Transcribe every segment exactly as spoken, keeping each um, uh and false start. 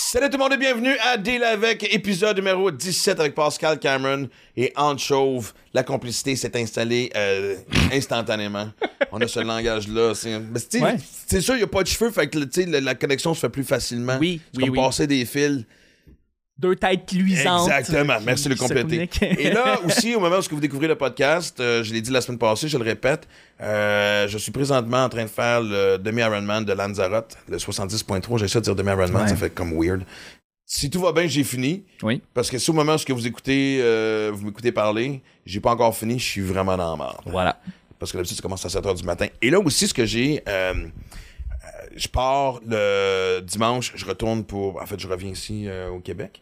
Salut tout le monde et bienvenue à Deal avec, épisode numéro dix-sept avec Pascal Cameron et Anne Chauve. La complicité s'est installée euh, instantanément. On a ce langage-là. C'est, mais c'est, ouais. c'est sûr, il n'y a pas de cheveux, fait que la, la connexion se fait plus facilement. Oui, c'est oui, comme oui. passer des fils. Deux têtes luisantes. Exactement, merci de le compléter. Et là aussi, au moment où vous découvrez le podcast, euh, je l'ai dit la semaine passée, je le répète, euh, je suis présentement en train de faire le demi-Ironman de Lanzarote, le soixante-dix virgule trois. J'essaie de dire demi-Ironman, ouais. Ça fait comme weird. Si tout va bien, j'ai fini. Oui. Parce que si au moment où vous écoutez, euh, vous m'écoutez parler, j'ai pas encore fini, je suis vraiment dans la merde. Voilà. Parce que d'habitude, ça commence à sept heures du matin. Et là aussi, ce que j'ai... Euh, je pars le dimanche, je retourne pour... En fait, je reviens ici euh, au Québec.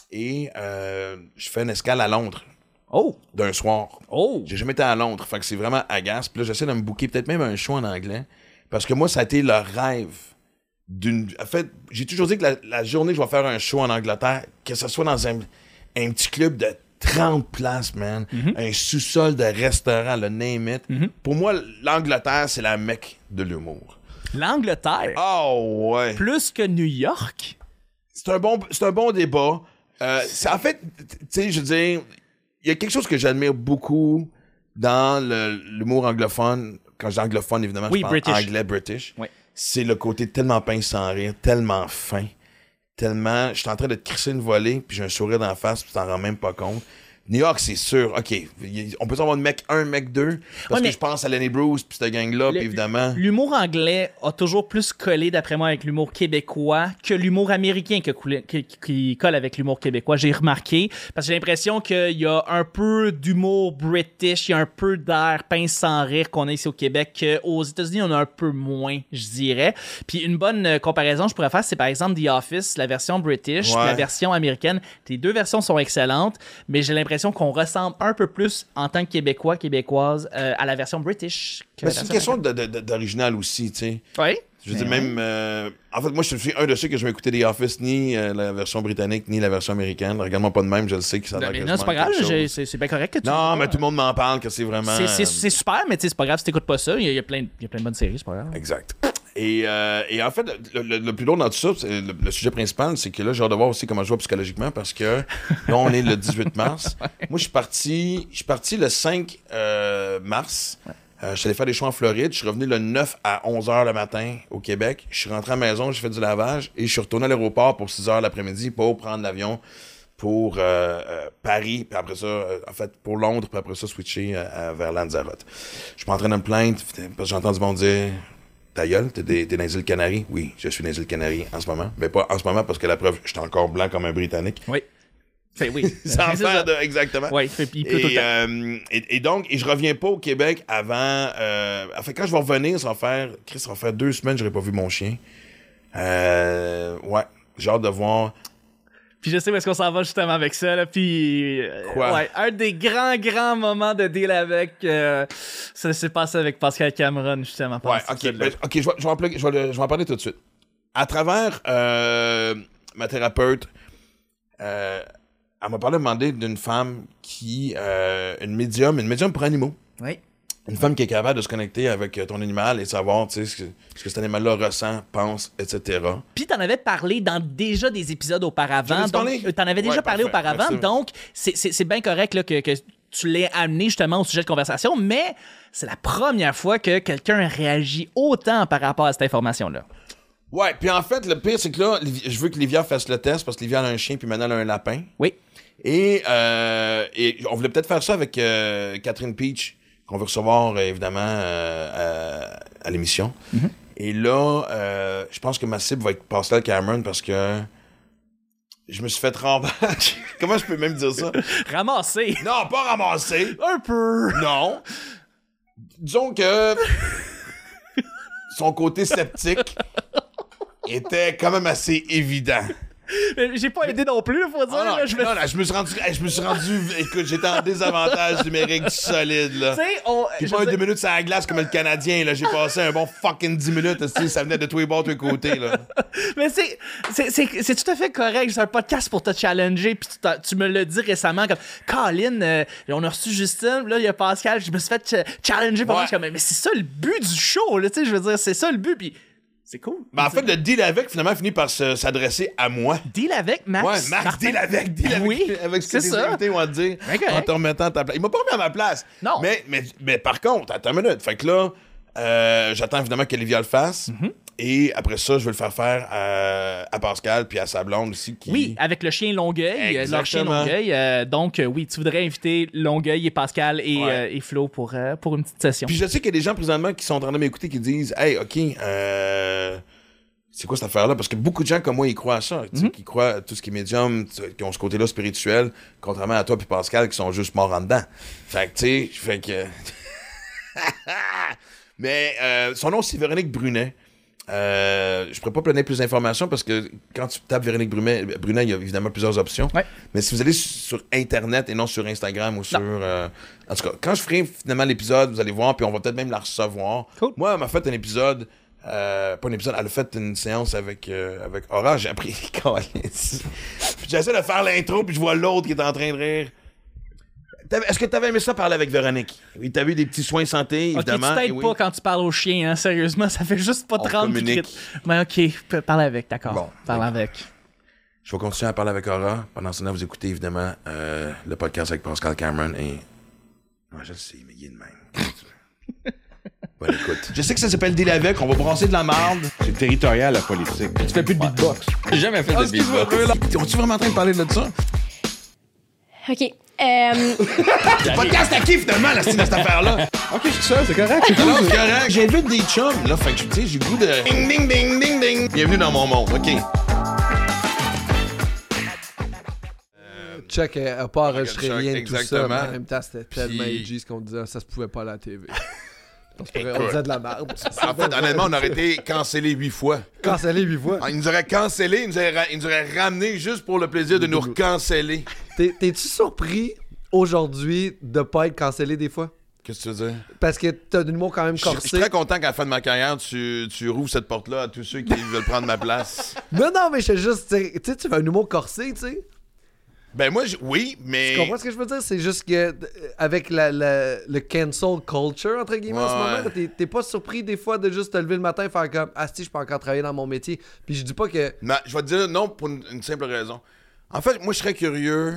Et euh, je fais une escale à Londres. Oh! D'un soir. Oh! J'ai jamais été à Londres. Fait que c'est vraiment agace. Puis là, j'essaie de me booker peut-être même un show en anglais. Parce que moi, ça a été le rêve d'une... En fait, j'ai toujours dit que la, la journée que je vais faire un show en Angleterre, que ce soit dans un, un petit club de trente places, man. Mm-hmm. Un sous-sol de restaurant, le name it. Mm-hmm. Pour moi, l'Angleterre, c'est la Mecque de l'humour. L'Angleterre? Oh, ouais. Plus que New York? C'est un bon, c'est un bon débat. Euh, c'est, en fait, tu sais, je veux dire, il y a quelque chose que j'admire beaucoup dans le, l'humour anglophone. Quand je dis anglophone, évidemment, oui, je parle British. anglais, British. Oui. C'est le côté tellement pince sans rire, tellement fin, tellement... Je suis en train de te crisser une volée, puis j'ai un sourire dans la face, puis tu t'en rends même pas compte. New York, c'est sûr. OK, on peut avoir mec un, mec deux, parce ouais, que je pense à Lenny Bruce, puis cette gang-là, puis évidemment... L'humour anglais a toujours plus collé, d'après moi, avec l'humour québécois que l'humour américain qui, coulé, qui, qui colle avec l'humour québécois. J'ai remarqué, parce que j'ai l'impression qu'il y a un peu d'humour british, il y a un peu d'air pince sans rire qu'on a ici au Québec, qu'aux États-Unis, on a un peu moins, je dirais. Puis une bonne comparaison, je pourrais faire, c'est par exemple The Office, la version british, ouais. La version américaine. Les deux versions sont excellentes, mais j'ai l'impression qu'on ressemble un peu plus en tant que Québécois, Québécoise euh, à la version British. Mais c'est une question de, de, de, d'original aussi, tu sais. Oui. Je veux dire, même... Euh, en fait, moi, je suis un de ceux que je vais écouter The Office, ni euh, la version britannique, ni la version américaine. Regarde-moi pas de même, je le sais que ça a l'air. Non, c'est pas grave, c'est, c'est bien correct que tu... Non, mais tout le monde m'en parle, que c'est vraiment... C'est, c'est, c'est super, mais tu sais, c'est pas grave si t'écoutes pas ça. Il y a, il y a, plein, il y a plein de bonnes séries, c'est pas grave. Exact. Et, euh, et en fait, le, le, le plus lourd dans tout ça, c'est le, le sujet principal, c'est que là, j'ai hâte de voir aussi comment je vois psychologiquement, parce que là, on est le dix-huit mars. Ouais. Moi, je suis parti, je suis parti le cinq euh, mars. Ouais. Euh, je suis allé faire des shows en Floride. Je suis revenu le neuf à onze heures le matin au Québec. Je suis rentré à la maison, j'ai fait du lavage et je suis retourné à l'aéroport pour six heures l'après-midi pour prendre l'avion pour euh, euh, Paris, puis après ça, euh, en fait, pour Londres, puis après ça, switcher euh, vers Lanzarote. Je suis pas en train de me plaindre, parce que j'ai entendu bon dire... Ta gueule, t'es, t'es dans les îles Canaries? Oui, je suis dans les îles Canaries en ce moment. Mais pas en ce moment parce que la preuve, je suis encore blanc comme un Britannique. Oui. Fait, oui. Sans faire de... Exactement. Oui, il peut et, tout le temps. Euh, et, et donc, et je reviens pas au Québec avant... Euh, en fait, quand je vais revenir, ça va faire... Chris, ça va faire deux semaines que j'aurais pas vu mon chien. Euh, ouais, j'ai hâte de voir... Puis je sais où est-ce qu'on s'en va justement avec ça, là. Puis, Quoi? Ouais, un des grands, grands moments de deal avec, euh, ça s'est passé avec Pascal Cameron, justement. Ouais, ok, ben, ok, je vais, je, vais en, je, vais, je vais en parler tout de suite. À travers euh, ma thérapeute, euh, elle m'a parlé demandé d'une femme qui, euh, une médium, une médium pour animaux. Oui. Une femme qui est capable de se connecter avec ton animal et savoir, tu sais, ce que, ce que cet animal-là ressent, pense, et cetera. Puis t'en avais parlé dans déjà des épisodes auparavant. Donc, parlé? T'en avais déjà ouais, parlé parfait. auparavant, Merci. Donc c'est, c'est, c'est bien correct là, que, que tu l'aies amené justement au sujet de conversation, mais c'est la première fois que quelqu'un réagit autant par rapport à cette information-là. Ouais, puis en fait, le pire, c'est que là, je veux que Livia fasse le test parce que Livia a un chien puis Manal a un lapin. Oui. Et, euh, et on voulait peut-être faire ça avec euh, Catherine Peach, qu'on veut recevoir, euh, évidemment, euh, à, à l'émission. Mm-hmm. Et là, euh, je pense que ma cible va être Pascal Cameron parce que je me suis fait ramasser. Comment je peux même dire ça? Ramasser. Non, pas ramasser. Un peu. Non. Disons que son côté sceptique était quand même assez évident. Mais j'ai pas aidé non plus, faut dire. Ah non, là, je, non, non, je me suis rendu, je me suis rendu, écoute, j'étais en désavantage numérique solide, là. Tu sais, on... J'ai pas eu deux minutes sur la glace comme le Canadien, là. J'ai passé un bon fucking dix minutes, ça venait de tous les bords, de tous les côtés, là. Mais c'est, c'est, c'est, c'est tout à fait correct. C'est un podcast pour te challenger, puis tu, tu me l'as dit récemment, comme, Colin, euh, on a reçu Justin, là, il y a Pascal, je me suis fait ch- challenger, ouais. Moi, je suis comme, mais c'est ça le but du show, là, tu sais, je veux dire, c'est ça le but, puis C'est cool. Mais en fait, le deal avec, finalement, finit par se, s'adresser à moi. Deal avec Max. Ouais, Max, Martin. deal avec, deal avec. Oui, avec ce que c'est les ça. invités vont te dire Ben, en te remettant à ta place. Il m'a pas remis à ma place. Non. Mais, mais, mais par contre, attends une minute. Fait que là, euh, j'attends évidemment qu'Olivia le fasse. Mm-hmm. Et après ça, je vais le faire faire à, à Pascal puis à sa blonde aussi. Qui... Oui, avec le chien Longueuil, euh, leur chien Exactement. Longueuil. Euh, donc, euh, oui, tu voudrais inviter Longueuil et Pascal et, Ouais. euh, et Flo pour, euh, pour une petite session. Puis je sais qu'il y a des gens présentement qui sont en train de m'écouter qui disent « Hey, OK, euh, c'est quoi cette affaire-là? » Parce que beaucoup de gens comme moi, ils croient à ça. tu sais, Mm-hmm. Qui croient à tout ce qui est médium, tu sais, qui ont ce côté-là spirituel, contrairement à toi puis Pascal qui sont juste morts en dedans. Fait que, tu sais, je fais que... Mais euh, son nom, c'est Véronique Brunet. Euh, je ne pourrais pas donner plus d'informations parce que quand tu tapes Véronique Brunet, Brunet, il y a évidemment plusieurs options. Ouais. Mais si vous allez sur Internet et non sur Instagram ou sur... euh, en tout cas, quand je ferai finalement l'épisode, vous allez voir, puis on va peut-être même la recevoir. Cool. Moi, elle m'a fait un épisode... Euh, pas un épisode, elle a fait une séance avec, euh, avec Aura. J'ai appris... Puis j'essaie de faire l'intro, puis je vois l'autre qui est en train de rire. T'avais- Est-ce que tu avais aimé ça parler avec Véronique? Oui, t'as eu des petits soins santé, Ok, évidemment. tu et t'aides oui. pas quand tu parles au chien, hein, sérieusement, ça fait juste pas On te rendre communique. vite. Mais ok, p- parle avec, d'accord. Bon, parle d'accord. avec. Je vais continuer à parler avec Aura. Pendant ce temps, vous écoutez évidemment euh, le podcast avec Pascal Cameron et... Non, je le sais, mais il est de même. Bonne écoute. Je sais que ça s'appelle Deal avec, on va brasser de la marde. C'est territorial, la politique. Tu fais plus de beatbox. J'ai jamais fait de beatbox. Es-tu vraiment en train de parler de ça? OK. Euh, Podcast à qui finalement, la style de cette affaire-là? Ok, je suis ça, c'est correct. c'est Non, cool. c'est correct. J'invite des chums, là, fait que tu sais, j'ai le goût de... Ding, ding, ding, ding, ding. Bienvenue dans mon monde, OK. Chuck n'a pas enregistré Chuck, rien de tout ça, exactement. mais en même temps, c'était tellement Puis- edgy ce qu'on disait, ça se pouvait pas à la T V. Parce qu'on Écoute. disait de la merde. En fait, honnêtement, on aurait été cancellé huit fois. Cancellé huit fois. Ah, Ils nous auraient cancellé, ils nous auraient, ra- ils nous auraient ramené juste pour le plaisir de nous recanceller. T'es- T'es-tu surpris aujourd'hui de pas être cancellé des fois? Qu'est-ce que tu veux dire? Parce que t'as de l'humour quand même Je suis- je corsé. suis très content qu'à la fin de ma carrière, tu, tu rouvres cette porte-là à tous ceux qui veulent prendre ma place. Non, non, mais je sais juste, tu sais, tu sais, tu fais un humour corsé, tu sais. Ben moi, je- oui, mais... Tu comprends ce que je veux dire? C'est juste que, euh, avec la, la- le cancel culture, entre guillemets, en ce Ouais. moment, là, t'es t'es pas surpris des fois de juste te lever le matin et faire comme, ah si, je peux encore travailler dans mon métier. Puis je dis pas que. Non, je vais te dire non pour une, une simple raison. En fait, moi, je serais curieux...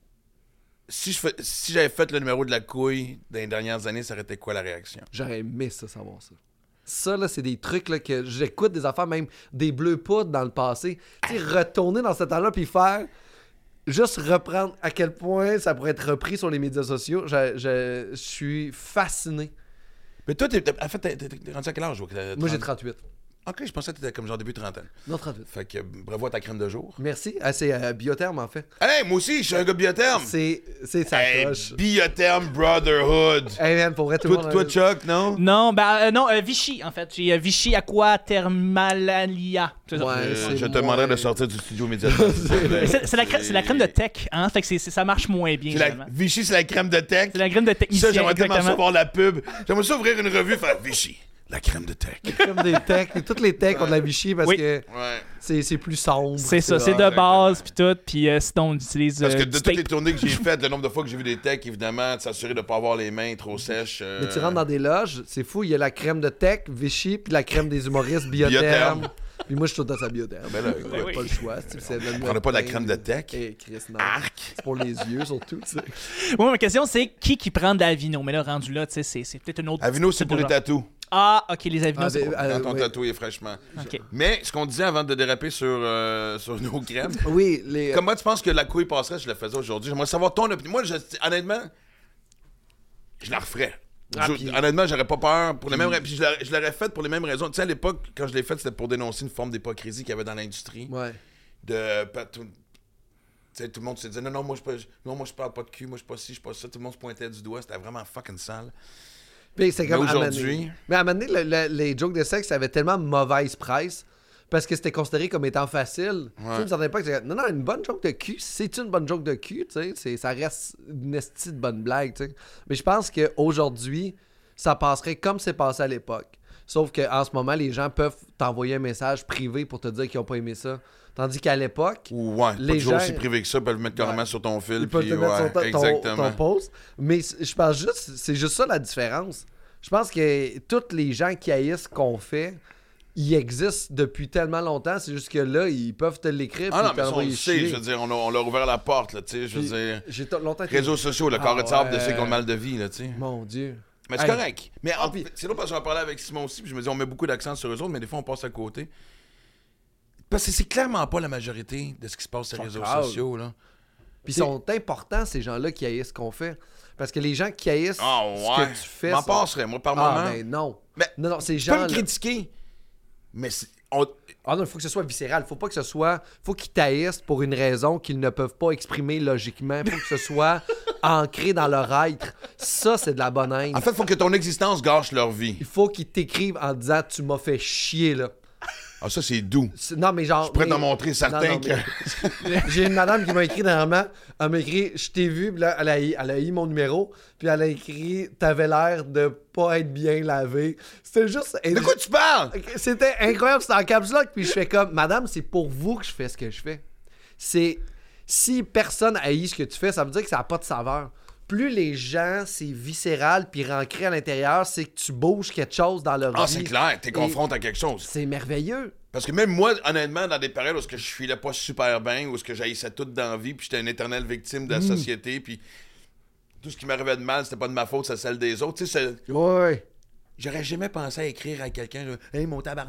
Si je fais- si j'avais fait le numéro de la couille dans les dernières années, ça aurait été quoi la réaction? J'aurais aimé ça, savoir ça. Ça, là, c'est des trucs là, que j'écoute des affaires, même des bleus poudres dans le passé. Tu sais, retourner dans ce temps-là puis faire. Juste reprendre à quel point ça pourrait être repris sur les médias sociaux. Je, je- je suis fasciné. Mais toi, t'es, t'es- en fait, t'es, t'es- t'es rendu à quel âge? Toi, Moi, j'ai trente-huit. Ok, je pensais que t'étais comme genre début trentaine. Non, trente-huit. Fait que bravo à ta crème de jour. Merci. Ah, c'est euh, Biotherme, en fait. Hey, moi aussi, je suis un gars biotherme. C'est c'est sa Hey, coche. Biotherme Brotherhood. Hey, man, pour vrai, tout le Toi, monde... toi, Chuck, non? Non, ben euh, non, euh, Vichy, en fait. J'ai euh, Vichy Aqua Thermalalia. C'est ça. Ouais, Euh, c'est je te moins- demanderai de sortir du studio immédiatement. Mais C'est c'est la, crème- c'est la crème de tech, hein? Fait que c'est- c'est- ça marche moins bien, C'est la- finalement. Vichy, c'est la crème de tech. C'est la crème de technicien, Ça, j'aimerais tellement exactement. savoir la pub. J'aimerais ça ouvrir une revue et faire Vichy, la crème de tech. Comme des techs. Et toutes les techs ont de la Vichy parce Oui. que Ouais. c'est c'est plus sombre. C'est ça, c'est de exactement. base, puis tout. Puis euh, sinon, on utilise. Parce que euh, de du toutes les tape. tournées que j'ai faites, le nombre de fois que j'ai vu des techs, évidemment, de s'assurer de ne pas avoir les mains trop sèches. euh, Mais tu rentres dans des loges, c'est fou, il y a la crème de tech, Vichy, puis la crème des humoristes, Biotherme. Biotherme. Puis moi, je suis tout dans sa Biotherme. Ben là, Ouais, oui. pas le choix. tu sais, c'est le Prenez pas de la crème de tech. Eh, Chris, non. Arc. C'est pour les yeux, surtout, tu sais. Moi, ma question, c'est qui qui prend de l'Avino? Mais là, rendu là, tu sais, c'est c'est peut-être une autre. Avino, c'est pour les genre. tatous. Ah, ok, les Avino, Ah, c'est ben, pas- euh, Quand ton oui. tatou est fraîchement. Ok. Mais ce qu'on disait avant de déraper sur, euh, sur nos crèmes, Oui, les... comment tu penses que la couille passerait si je la faisais aujourd'hui? J'aimerais savoir ton opinion. Moi, je- honnêtement, je la referais. Ah, Je- puis- Honnêtement, j'aurais pas peur pour les mêmes raisons. Puis je l'aurais- je l'aurais faite pour les mêmes raisons. Tu sais, à l'époque, quand je l'ai faite, c'était pour dénoncer une forme d'hypocrisie qu'il y avait dans l'industrie. Ouais. De. pas tout, tu sais, tout le monde se disait non, non, moi je, peux- non, moi je parle pas de cul, moi je suis pas ci, je suis pas ça. Tout le monde se pointait du doigt. C'était vraiment fucking sale. Puis c'est Mais comme à un moment aujourd'hui- donné- Mais à un moment donné, le- le- les jokes de sexe avaient tellement mauvaise presse parce que c'était considéré comme étant facile. Tu sais, à une certaine époque, c'était non, non, une bonne joke de cul, c'est une bonne joke de cul, tu sais, c'est- ça reste une esti de bonne blague, tu sais. Mais je pense qu'aujourd'hui, ça passerait comme c'est passé à l'époque. Sauf qu'en ce moment, les gens peuvent t'envoyer un message privé pour te dire qu'ils n'ont pas aimé ça. Tandis qu'à l'époque, Ou ouais, Les pas toujours gens- aussi privé que ça, ils peuvent le mettre carrément Ouais. sur ton fil. ils peuvent puis te mettre ouais, sur ton, ton, exactement. ton post. Mais c- je pense juste, c'est juste ça la différence. Je pense que tous les gens qui haïssent ce qu'on fait il existe depuis tellement longtemps, c'est juste que là, ils peuvent te l'écrire. Ah non, puis mais ça, on t'envoyer le sait, chier. je veux dire, on, a, on leur a ouvert la porte, là, tu sais, je veux Puis, dire... J'ai t- longtemps été- Réseaux sociaux, le Ah carré de sable de ouais. ceux qui ont le mal de vie, là, tu sais. Mon Dieu. Mais c'est Hey. correct. Mais Ah, en- puis- c'est drôle parce que j'en parlais avec Simon aussi, puis je me dis, on met beaucoup d'accent sur eux autres, mais des fois, on passe à côté. Parce que c'est clairement pas la majorité de ce qui se passe sur les Ils sont réseaux calmes. sociaux, là. Puis ils sont importants, ces gens-là, qui haïssent ce qu'on fait. Parce que les gens qui haïssent Ah ce ouais. que tu fais... M'en ça- passerais, moi, par Ah, moment. ben non. Mais non, non, ces Je peux me gens... critiquer, mais c'est- on- Ah non, il faut que ce soit viscéral. Il faut pas que ce soit... faut qu'ils taillissent pour une raison qu'ils ne peuvent pas exprimer logiquement. Il faut que ce soit ancré dans leur être. Ça, c'est de la bonne haine. En fait, il faut que ton existence gâche leur vie. Il faut qu'ils t'écrivent en disant « Tu m'as fait chier, là. Ah, ça, c'est doux. » Non, mais genre... Je pourrais mais- t'en montrer certains Non, non, que... mais- J'ai une madame qui m'a écrit dernièrement. Elle m'a écrit « Je t'ai vu. » Puis là, elle a, elle a eu mon numéro. Puis elle a écrit « T'avais l'air de pas être bien lavé. » C'était juste... De quoi tu parles? C'était incroyable, c'était en caps lock, puis je fais comme, madame, c'est pour vous que je fais ce que je fais. C'est, si personne haït ce que tu fais, ça veut dire que ça n'a pas de saveur. Plus les gens, c'est viscéral, puis ancré à l'intérieur, c'est que tu bouges quelque chose dans leur Ah, vie. c'est clair, t'es confronté à quelque chose. C'est merveilleux. Parce que même moi, honnêtement, dans des périodes où ce que je filais pas super bien, où ce que j'haïssais tout dans la vie, puis j'étais une éternelle victime de la société, puis tout ce qui m'arrivait de mal, c'était pas de ma faute, c'est celle des autres. Tu sais, c'est... Ouais. J'aurais jamais pensé à écrire à quelqu'un, là, « Hey, mon tabarnak! »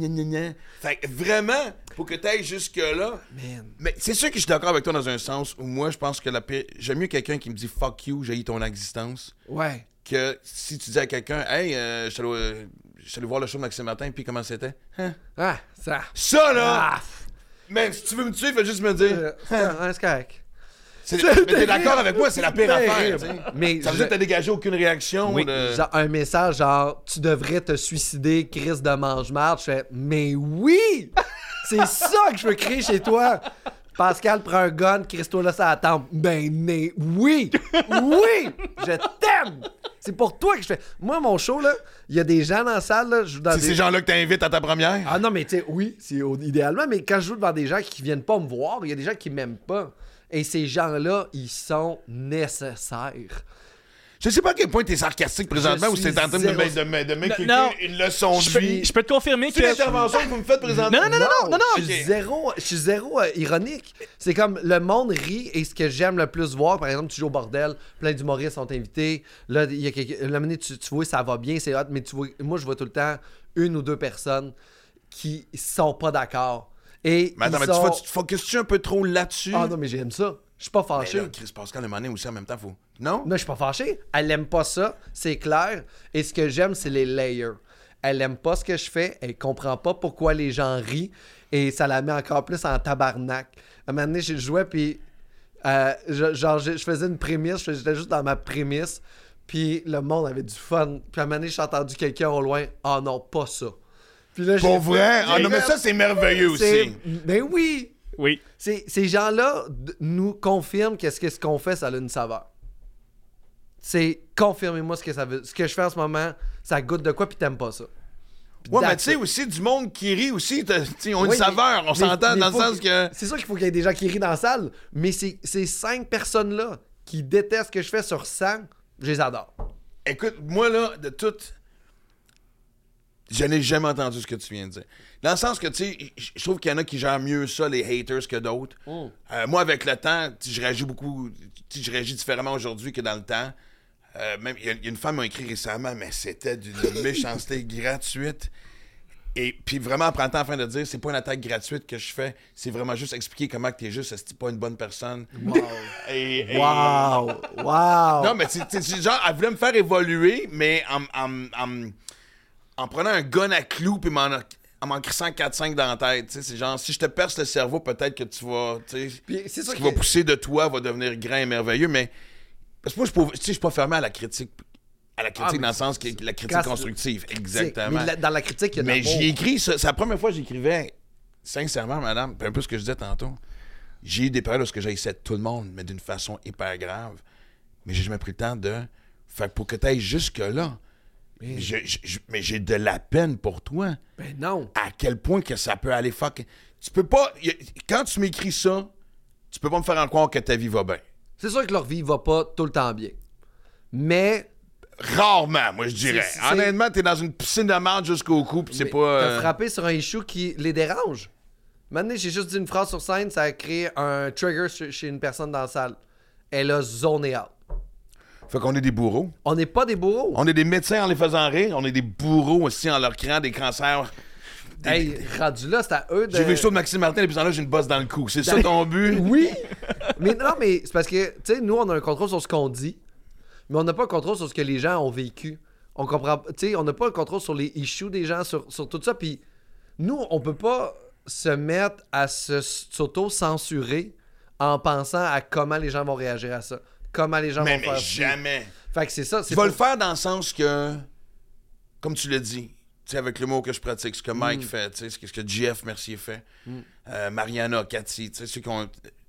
Fait que vraiment, faut que t'ailles jusque-là. Man. Mais c'est sûr que je suis d'accord avec toi dans un sens où moi, je pense que la pire... J'aime mieux quelqu'un qui me dit « Fuck you, j'ai ton existence Ouais. » que si tu dis à quelqu'un « Hey, euh, je suis allé, euh, je suis allé voir le show de Maxime Martin, puis comment c'était? Hein? Ah, ça. » Ça, là! Ah. Man, si tu veux me tuer, fais juste me dire. Euh, c'est c'est correct. C'est- Mais t'es d'accord avec moi, c'est la pire affaire. tu sais. Mais Ça veut je- dire que t'as dégagé aucune réaction. Oui, de- genre un message genre tu devrais te suicider, Chris de mange-marde. Je fais mais oui! C'est ça que je veux créer chez toi. Pascal prend un gun, Christo là ça attend. Ben né, oui! Oui! Je t'aime! C'est pour toi que je fais. Moi, mon show, là, il y a des gens dans la salle, là, je joue dans C'est des... ces gens-là que t'invites à ta première. Ah non, mais tu sais, oui, c'est au- idéalement, mais quand je joue devant des gens qui viennent pas me voir, il y a des gens qui m'aiment pas. Et ces gens-là, ils sont nécessaires. Je sais pas à quel point t'es sarcastique présentement Je ou suis t'es en train de, zéro- me- de, me- de m'inculquer Non. une leçon Je de peux, vie. je peux te confirmer C'est que. l'intervention que vous me faites présentement. Non, non, non, non, non, non. Je suis Ok. zéro, je suis zéro euh, ironique. C'est comme le monde rit et ce que j'aime le plus voir, par exemple, tu joues au bordel, plein d'humoristes sont invités. Là, il y a quelqu'un, la minute tu, tu vois, ça va bien, c'est hot, mais tu vois, moi, je vois tout le temps une ou deux personnes qui sont pas d'accord. Et Mais attends, ils mais sont... tu, fo- tu te focuses-tu un peu trop là-dessus? Ah non, mais j'aime ça. Je suis pas Mais fâché. là, Chris Pascal, le moment aussi en même temps, faut. Non? Non, je suis pas fâché. Elle aime pas ça, c'est clair. Et ce que j'aime, c'est les layers. Elle aime pas ce que je fais, elle comprend pas pourquoi les gens rient, et ça la met encore plus en tabarnak. À un moment donné, je jouais, puis euh, je, genre, je, je faisais une prémisse, je- j'étais juste dans ma prémisse, puis le monde avait du fun. Puis à un moment donné, j'ai entendu quelqu'un au loin, « Ah non, pas ça. » Puis là, j'ai Pour vrai? fait- Ah non, mais j'ai ça, c'est merveilleux c'est- aussi. Mais oui! Oui. C'est- ces gens-là d- nous confirment qu'est-ce que ce qu'on fait, ça a une saveur. C'est confirmez-moi ce que ça veut. Ce que je fais en ce moment, ça goûte de quoi, puis t'aimes pas ça. Puis Ouais, mais that's tu sais it. aussi, du monde qui rit aussi, t'as- tu sais, ils ont une Oui, mais- saveur, on mais- s'entend mais dans le faut sens que. C'est sûr qu'il faut qu'il y ait des gens qui rient dans la salle, mais c'est ces cinq personnes-là qui détestent ce que je fais sur cent, je les adore. Écoute, moi, là, de tout. Je n'ai jamais entendu ce que tu viens de dire. Dans le sens que, tu sais, je je trouve qu'il y en a qui gèrent mieux ça, les haters, que d'autres. Mm. Euh, moi, avec le temps, tu sais, je réagis beaucoup. Tu sais, je réagis différemment aujourd'hui que dans le temps. Euh, même, il y, a- il y a une femme qui m'a écrit récemment, mais c'était d'une méchanceté gratuite. Et puis vraiment, en prenant le temps afin de dire, c'est pas une attaque gratuite que je fais, c'est vraiment juste expliquer comment que t'es juste, c'est pas une bonne personne. Wow. Et, et- Wow! Wow! non, mais c'est c'est- c'est genre, elle voulait me faire évoluer, mais en, en, en, en prenant un gun à clous puis m'en, en m'en crissant quatre cinq dans la tête. Tu sais, c'est genre, si je te perce le cerveau, peut-être que tu vas. Tu sais, Puis c'est ce ça qui que- va pousser de toi va devenir grand et merveilleux, mais. Parce que moi, je peux- tu sais, je suis pas fermé à la critique. À la critique Ah, mais dans le sens que la critique quand- constructive. Mais Exactement. la- dans la critique, il y a de Mais l'amour. j'ai écrit, ça- c'est la première fois que j'écrivais, sincèrement, madame, puis un peu ce que je disais tantôt. J'ai eu des périodes où j'haïssais tout le monde, mais d'une façon hyper grave. Mais j'ai jamais pris le temps de. Fait que pour que tu ailles jusque-là, Mais- je- je- je- mais j'ai de la peine pour toi. Ben non! À quel point que ça peut aller fuck. Tu peux pas. y a- quand tu m'écris ça, tu peux pas me faire en croire que ta vie va bien. C'est sûr que leur vie va pas tout le temps bien. Mais Rarement, moi, je dirais. C'est- c'est- Honnêtement, t'es dans une piscine de merde jusqu'au cou, pis c'est Mais pas... T'as euh, frappé sur un issue qui les dérange. Maintenant, j'ai juste dit une phrase sur scène, ça a créé un trigger chez chez une personne dans la salle. Elle a zoné out. Fait qu'on est des bourreaux. On n'est pas des bourreaux. On est des médecins en les faisant rire. On est des bourreaux aussi en leur créant des cancers. Des- Hey, rendu là, c'est à eux de... J'ai vu le show de Maxime Martin, et puis là, j'ai une bosse dans le cou. C'est ça ton but? Oui! Mais non, mais c'est parce que, tu sais, nous, on a un contrôle sur ce qu'on dit, mais on n'a pas un contrôle sur ce que les gens ont vécu. On comprend... Tu sais, on n'a pas un contrôle sur les issues des gens, sur, sur tout ça, puis nous, on peut pas se mettre à se, s'auto-censurer en pensant à comment les gens vont réagir à ça. Comment les gens Mais, vont mais faire... jamais. Fait que c'est ça. Tu C'est vas pour- le faire dans le sens que, comme tu l'as dit, tu sais, avec l'humour que je pratique, ce que Mike Mm. fait, tu sais, ce que, ce que Jeff Mercier fait, euh, Mariana, Cathy, tu sais, ceux qui ont...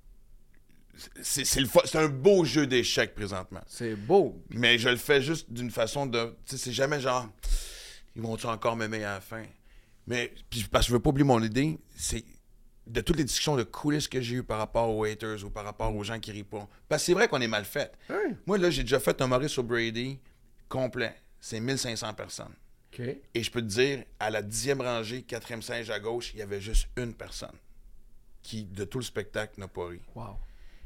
C'est, c'est, le fa- c'est un beau jeu d'échecs présentement. C'est beau. Mais je le fais juste d'une façon de... Tu sais, c'est jamais genre... Ils vont-tu encore m'aimer à la fin? Mais, puis, parce que je veux pas oublier mon idée, c'est de toutes les discussions de coulisses que j'ai eues par rapport aux haters ou par rapport aux gens qui rient pas. Parce que c'est vrai qu'on est mal fait. Ouais. Moi, là, j'ai déjà fait un Maurice sur Brady complet. C'est mille cinq cents personnes. OK. Et je peux te dire, à la dixième rangée, quatrième singe à gauche, il y avait juste une personne qui, de tout le spectacle, n'a pas ri. Wow.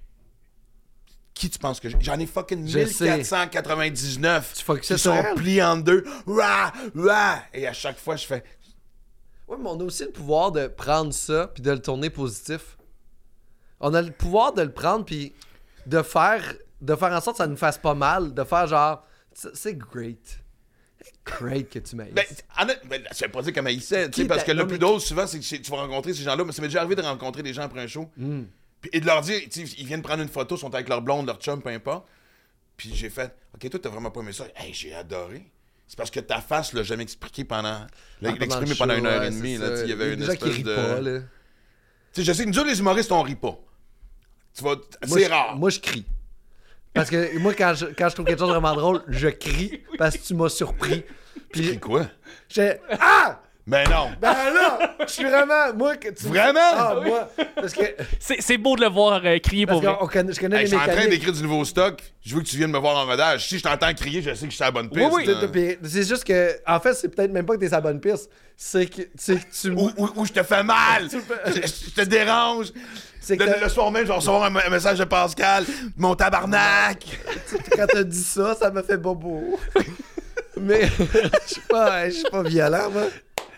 Qui tu penses que j'ai? J'en ai fucking Je mille quatre cent quatre-vingt-dix-neuf Tu focusais qui sur sont elle? pliés en deux. Rah! Rah! Et à chaque fois, je fais... Ouais, mais on a aussi le pouvoir de prendre ça puis de le tourner positif. On a le pouvoir de le prendre puis de faire de faire en sorte que ça nous fasse pas mal, de faire genre c'est c'est great. C'est great que tu m'aies. Ben, honnête- ben, ça veut pas dire comme il sait, tu sais, Qui parce t'a- que le non, plus mais drôle, souvent, c'est que c'est- tu vas rencontrer ces gens-là. Mais ça m'est déjà arrivé de rencontrer des gens après un show. Hmm. Puis- et de leur dire, tu sais, ils viennent prendre une photo, sont avec leur blonde, leur chum, peu importe. Puis j'ai fait, OK, toi, t'as vraiment pas aimé ça. Hey, j'ai adoré. C'est parce que ta face l'a jamais expliqué pendant. l'a- L'exprimer pendant une heure et demie. là, tu sais, Il y avait une gens qui espèce rient de. pas là. Tu sais, je sais que nous autres, les humoristes, on rit pas. Tu vas... Moi, C'est je- rare. Moi je crie. Parce que moi quand je, quand je trouve quelque chose de vraiment drôle, je crie parce que tu m'as surpris. C'est Puis quoi? j'ai ah Ben non. ben là, je suis vraiment moi que tu Vraiment? Ah moi parce que C'est c'est beau de le voir euh, crier pour parce vrai. qu'on connaît, je connais Hey, je les suis en train mécaniques. d'écrire du nouveau stock. Je veux que tu viennes me voir en rodage. Si je t'entends crier, je sais que je suis à la bonne piste. Oui, oui. là. Puis c'est juste que, en fait, c'est peut-être même pas que t'es sa bonne piste. C'est que, c'est que tu. Ou, ou- ou je te fais mal. Tu peux- je, je te dérange. C'est que Le, t'as- le soir même, je vais recevoir un, un message de Pascal. Mon tabarnak. quand t'as dit ça, ça m'a fait bobo. Mais je suis pas, je suis pas violent, moi.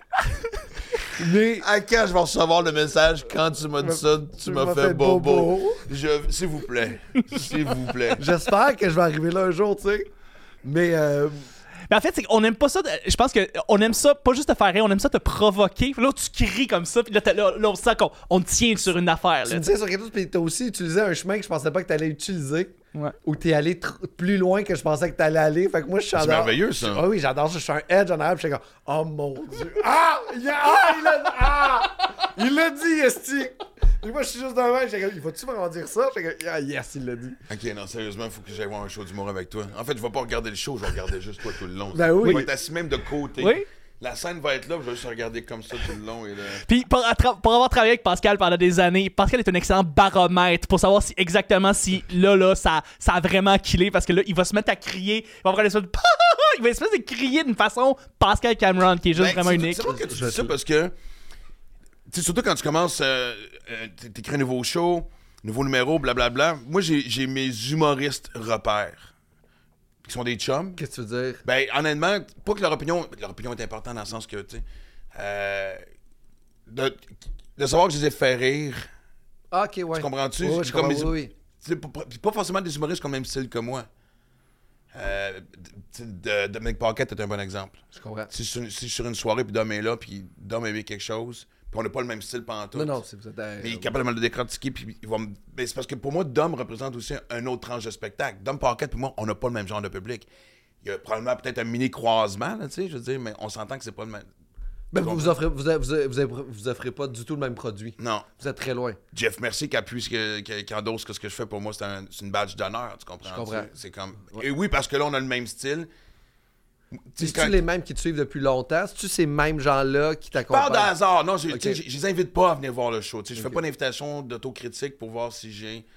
Mais À quand je vais recevoir le message quand tu m'as dit ça, tu, m'as fait, bobo. Je, s'il vous plaît. S'il vous plaît. j'espère que je vais arriver là un jour, tu sais. Mais euh, Mais en fait, c'est qu'on aime pas ça. de- Je pense qu'on aime ça, pas juste te faire rire, on aime ça te provoquer. Là, tu cries comme ça, puis là, t'as- là, là, on sent qu'on on te tient sur une affaire. tu Là, me disais sur quelque chose, puis t'as aussi utilisé un chemin que je pensais pas que t'allais utiliser. Ouais. Ou t'es allé tr- plus loin que je pensais que t'allais aller. Fait que moi, je suis C'est merveilleux, ça. Ah oui, j'adore ça. Je suis un edge en arrière, puis je suis comme, oh mon dieu. Ah! Il a, ah, il a, ah! Il l'a dit, Esti! Et moi, je suis juste dans le même, j'ai comme, il faut-tu vraiment dire ça? J'ai comme, ah, yes, il l'a dit. Ok, non, sérieusement, il faut que j'aille voir un show d'humour avec toi. En fait, je vais pas regarder le show, je vais regarder juste toi tout le long. Ben oui. Je vais être assis même de côté. Oui. La scène va être là, je vais juste regarder comme ça tout le long. Et là... Puis pour, attra- pour avoir travaillé avec Pascal pendant des années, Pascal est un excellent baromètre pour savoir si exactement si là, là, ça, ça a vraiment killé. Parce que là, il va se mettre à crier. Il va avoir une espèce de... Il va espèce de crier d'une façon Pascal Cameron qui est juste Ben, vraiment c'est- unique. C'est vrai que tu Je dis ça sais. parce que, tu sais, surtout quand tu commences, euh, euh, t'écris un nouveau show, nouveau numéro, blablabla. Moi, j'ai j'ai mes humoristes repères, qui sont des chums. Qu'est-ce que tu veux dire? Ben, honnêtement, pas que leur opinion, leur opinion est importante dans le sens que, tu sais, euh, de, de savoir que je les ai fait rire, Ah, ok, ouais. tu comprends-tu? Oui, oui, C'est je comme comprends, mes- oui, oui. c'est pas, pas- pas forcément des humoristes qui ont le même style que moi. Euh, tu sais, de- Dominique Paquette est un bon exemple. Je comprends. Si, sur- si je suis sur une soirée, puis Dom est là, puis Dom aimait quelque chose, puis on n'a pas le même style pantoute. Non, non, c'est vous êtes à- Mais il est capable de me le décortiquer, puis il va me... Ben, c'est parce que pour moi, Dom représente aussi un autre tranche de spectacle. Dom Paquette, puis moi, on n'a pas le même genre de public. Il y a probablement peut-être un mini croisement, là, tu sais, je veux dire, mais on s'entend que c'est pas le même. Ben, vous, vous, offrez, vous, vous, vous, vous offrez pas du tout le même produit. Non. Vous êtes très loin. Jeff Mercier qui appuie, ce que- qui, qui endosse que ce que je fais, pour moi, c'est un- c'est une badge d'honneur, tu comprends? Je comprends. C'est comme... Et oui, parce que là, on a le même style. Tu sais, C'est-tu quand- les mêmes qui te suivent depuis longtemps? C'est-tu ces mêmes gens-là qui Pas de t'accompagnent? hasard, non, j'ai- Ok. tu sais, je je les invite pas à venir voir le show. Tu sais, Je fais Ok. pas d'invitation d'autocritique pour voir si j'ai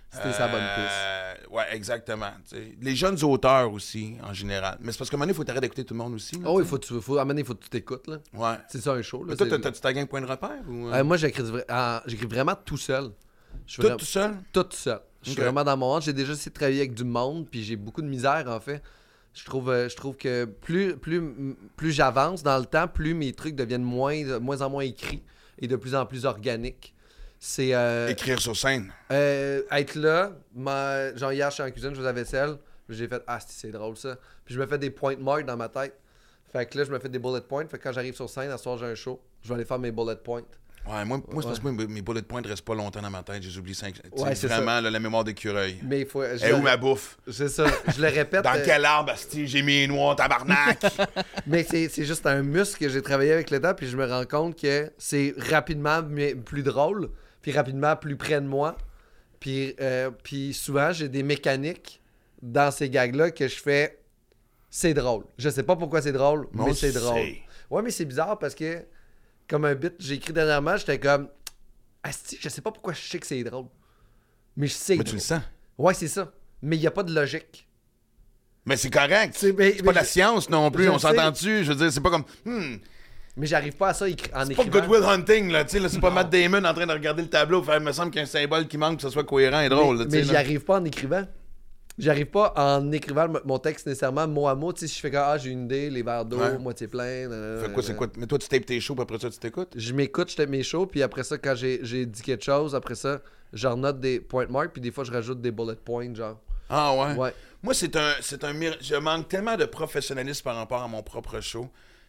C'était sa bonne piste. Euh, ouais, exactement. T'sais. Les jeunes auteurs aussi, en général. Mais c'est parce qu'à un moment donné, il faut t'arrêter d'écouter tout le monde aussi. Là, oh, il faut, tu, faut, à un moment donné, il faut que tu t'écoutes. Là. Ouais. C'est ça un show. Là, Mais toi, c'est... t'as-tu ta gang point de repère? Ou... Euh, moi, j'écris, vra... ah, j'écris vraiment tout seul. Je suis Tout, vraiment... tout seul? Tout, tout seul. Je suis Okay. vraiment dans mon monde. J'ai déjà essayé de travailler avec du monde, puis j'ai beaucoup de misère, en fait. Je trouve, euh, je trouve que plus, plus, plus j'avance dans le temps, plus mes trucs deviennent moins, de moins en moins écrits et de plus en plus organiques. C'est euh, Écrire sur scène. euh, être là, ma... genre hier je suis en cuisine, je faisais la vaisselle, j'ai fait ah c'est drôle ça. Puis je me fais des point marks dans ma tête. Fait que là je me fais des bullet points. Fait que quand j'arrive sur scène, à ce soir j'ai un show, je vais aller faire mes bullet points. Ouais, moi, moi Ouais. c'est parce que moi, mes bullet points ne restent pas longtemps dans ma tête. J'ai oublié cinq. Ouais, c'est vraiment là, la mémoire d'écureuil. Mais il faut. je Et le- où ma bouffe? C'est ça, je le répète. Dans euh, quel arbre, asti, j'ai mis les noix, tabarnak? Mais c'est, c'est juste un muscle que j'ai travaillé avec le temps, puis je me rends compte que c'est rapidement mieux- plus drôle, puis rapidement plus près de moi. Puis, euh, puis souvent, j'ai des mécaniques dans ces gags-là que je fais. C'est drôle. Je sais pas pourquoi c'est drôle, On mais c'est sait. drôle. Ouais, mais c'est bizarre parce que, comme un bit, j'ai écrit dernièrement, j'étais comme. Asti, je sais pas pourquoi je sais que c'est drôle. Mais je sais. Mais que tu le c'est drôle. sens. Ouais, c'est ça. Mais il y a pas de logique. Mais c'est correct. C'est- mais- C'est mais pas de la je- science non plus, je on le sais. s'entend-tu? Je veux dire, c'est pas comme. Hmm, Mais j'arrive pas à ça écri- en c'est pas écrivant. Good Will Hunting, là. Tu sais, là, c'est pas Matt Damon en train de regarder le tableau. Faire, il me semble qu'il y a un symbole qui manque, que ce soit cohérent et drôle. Mais, là, tu sais, mais j'y là. arrive pas en écrivant. J'y arrive pas en écrivant m- mon texte nécessairement mot à mot. Tu sais, si je fais comme ah, j'ai une idée, les verres d'eau, Ouais. moitié plein. nanana, Fait quoi, c'est quoi? Mais toi, tu tapes tes shows, puis après ça, tu t'écoutes? Je m'écoute, je tape mes shows, puis après ça, quand j'ai, j'ai dit quelque chose, après ça, je renote des point marks, puis des fois, je rajoute des bullet points, genre. Ah ouais? Ouais. Moi, c'est un, c'est un mir- je manque tellement de professionnalisme par rapport à mon propre show.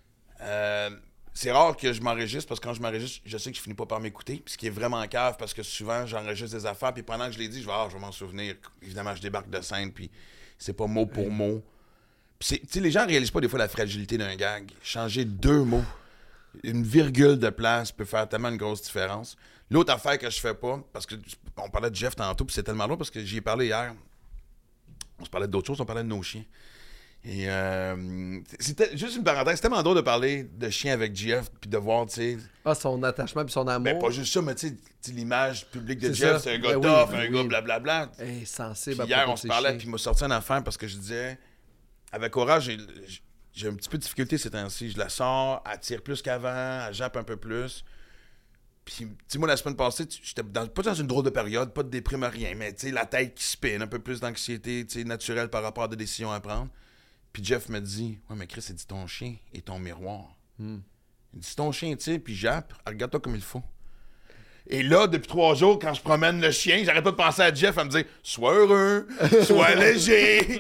Euh, c'est rare que je m'enregistre parce que quand je m'enregistre, je sais que je finis pas par m'écouter. Puis ce qui est vraiment cave parce que souvent, j'enregistre des affaires. Puis pendant que je les dis, je vais, ah, je vais m'en souvenir. Évidemment, je débarque de scène. Puis c'est pas mot pour mot. Puis c'est- tu sais, les gens réalisent pas des fois la fragilité d'un gag. Changer deux mots, une virgule de place peut faire tellement une grosse différence. L'autre affaire que je fais pas, parce que on parlait de Jeff tantôt, puis c'est tellement long parce que j'y ai parlé hier. On se parlait d'autres choses, on parlait de nos chiens. Et euh, c'était juste une parenthèse, c'est tellement drôle de parler de chiens avec Jeff, puis de voir, tu sais, Ah, son attachement puis son amour. ben pas juste ça, mais tu sais, tu sais, l'image publique de C'est Jeff, ça. c'est un gars Ben oui, tough, ben un oui. gars blablabla. Hey, sensible Puis à hier, propos on de se ses parlait, chiens. puis il m'a sorti une affaire parce que je disais, avec Aura, j'ai, j'ai un petit peu de difficulté ces temps-ci. Je la sors, elle tire plus qu'avant, elle jappe un peu plus. Puis, tu sais, moi, la semaine passée, tu- j'étais dans, pas dans une drôle de période, pas de déprime, rien, mais tu sais, la tête qui spinne, un peu plus d'anxiété, tu sais, naturelle par rapport à des décisions à prendre. Puis Jeff me dit, ouais, mais Chris, il dit ton chien est ton miroir. Hmm. Il dit, si ton chien tire, puis jappe, regarde-toi comme il faut. Et là, depuis trois jours, quand je promène le chien, j'arrête pas de penser à Jeff à me dire sois heureux, sois léger,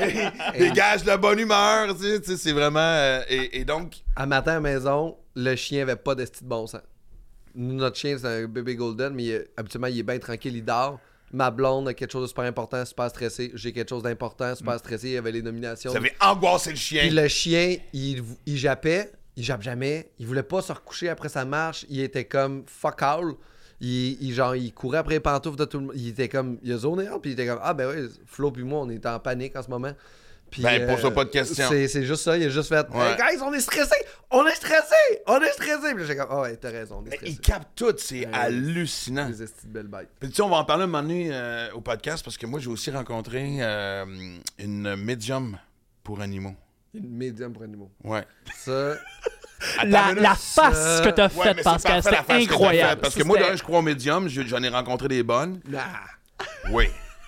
dégage la bonne humeur. Tu sais, tu sais, c'est vraiment. euh, et, et donc, À matin à la maison, le chien avait pas d'esti de bon sens. Nous, notre chien, c'est un bébé golden, mais il est- habituellement, il est bien tranquille, il dort. Ma blonde a quelque chose de super important, super stressé. J'ai quelque chose d'important, super stressé. Il y avait les nominations. vous avez angoissé le chien. Puis le chien, il, il jappait, il jappe jamais. Il voulait pas se recoucher après sa marche. Il était comme fuck all. Il, il- genre, il courait après les pantoufles de tout le monde. Il était comme, il a zoné out, puis il était comme, ah ben oui, Flo puis moi, on est en panique en ce moment. Puis, Ben, pose-toi pas de questions. C'est, c'est juste ça, il a juste fait, Ouais. hey guys, on est stressés, on est stressés, on est stressés. Puis là, j'ai comme, ah ouais, t'as raison, on est Mais stressés. il capte tout, c'est Ouais. hallucinant. Des estis de belles bêtes. Puis tu sais, on va en parler un moment donné euh, au podcast parce que moi, j'ai aussi rencontré euh, une médium pour animaux. Une médium pour animaux. Ouais. Ça, Attends La, une minute. la face que t'as Ouais, faite, mais parce c'est que parfait, la c'était face que t'as incroyable. faite, parce que moi, C'était- d'un, je crois au médium, je- j'en ai rencontré des bonnes. nah. Oui.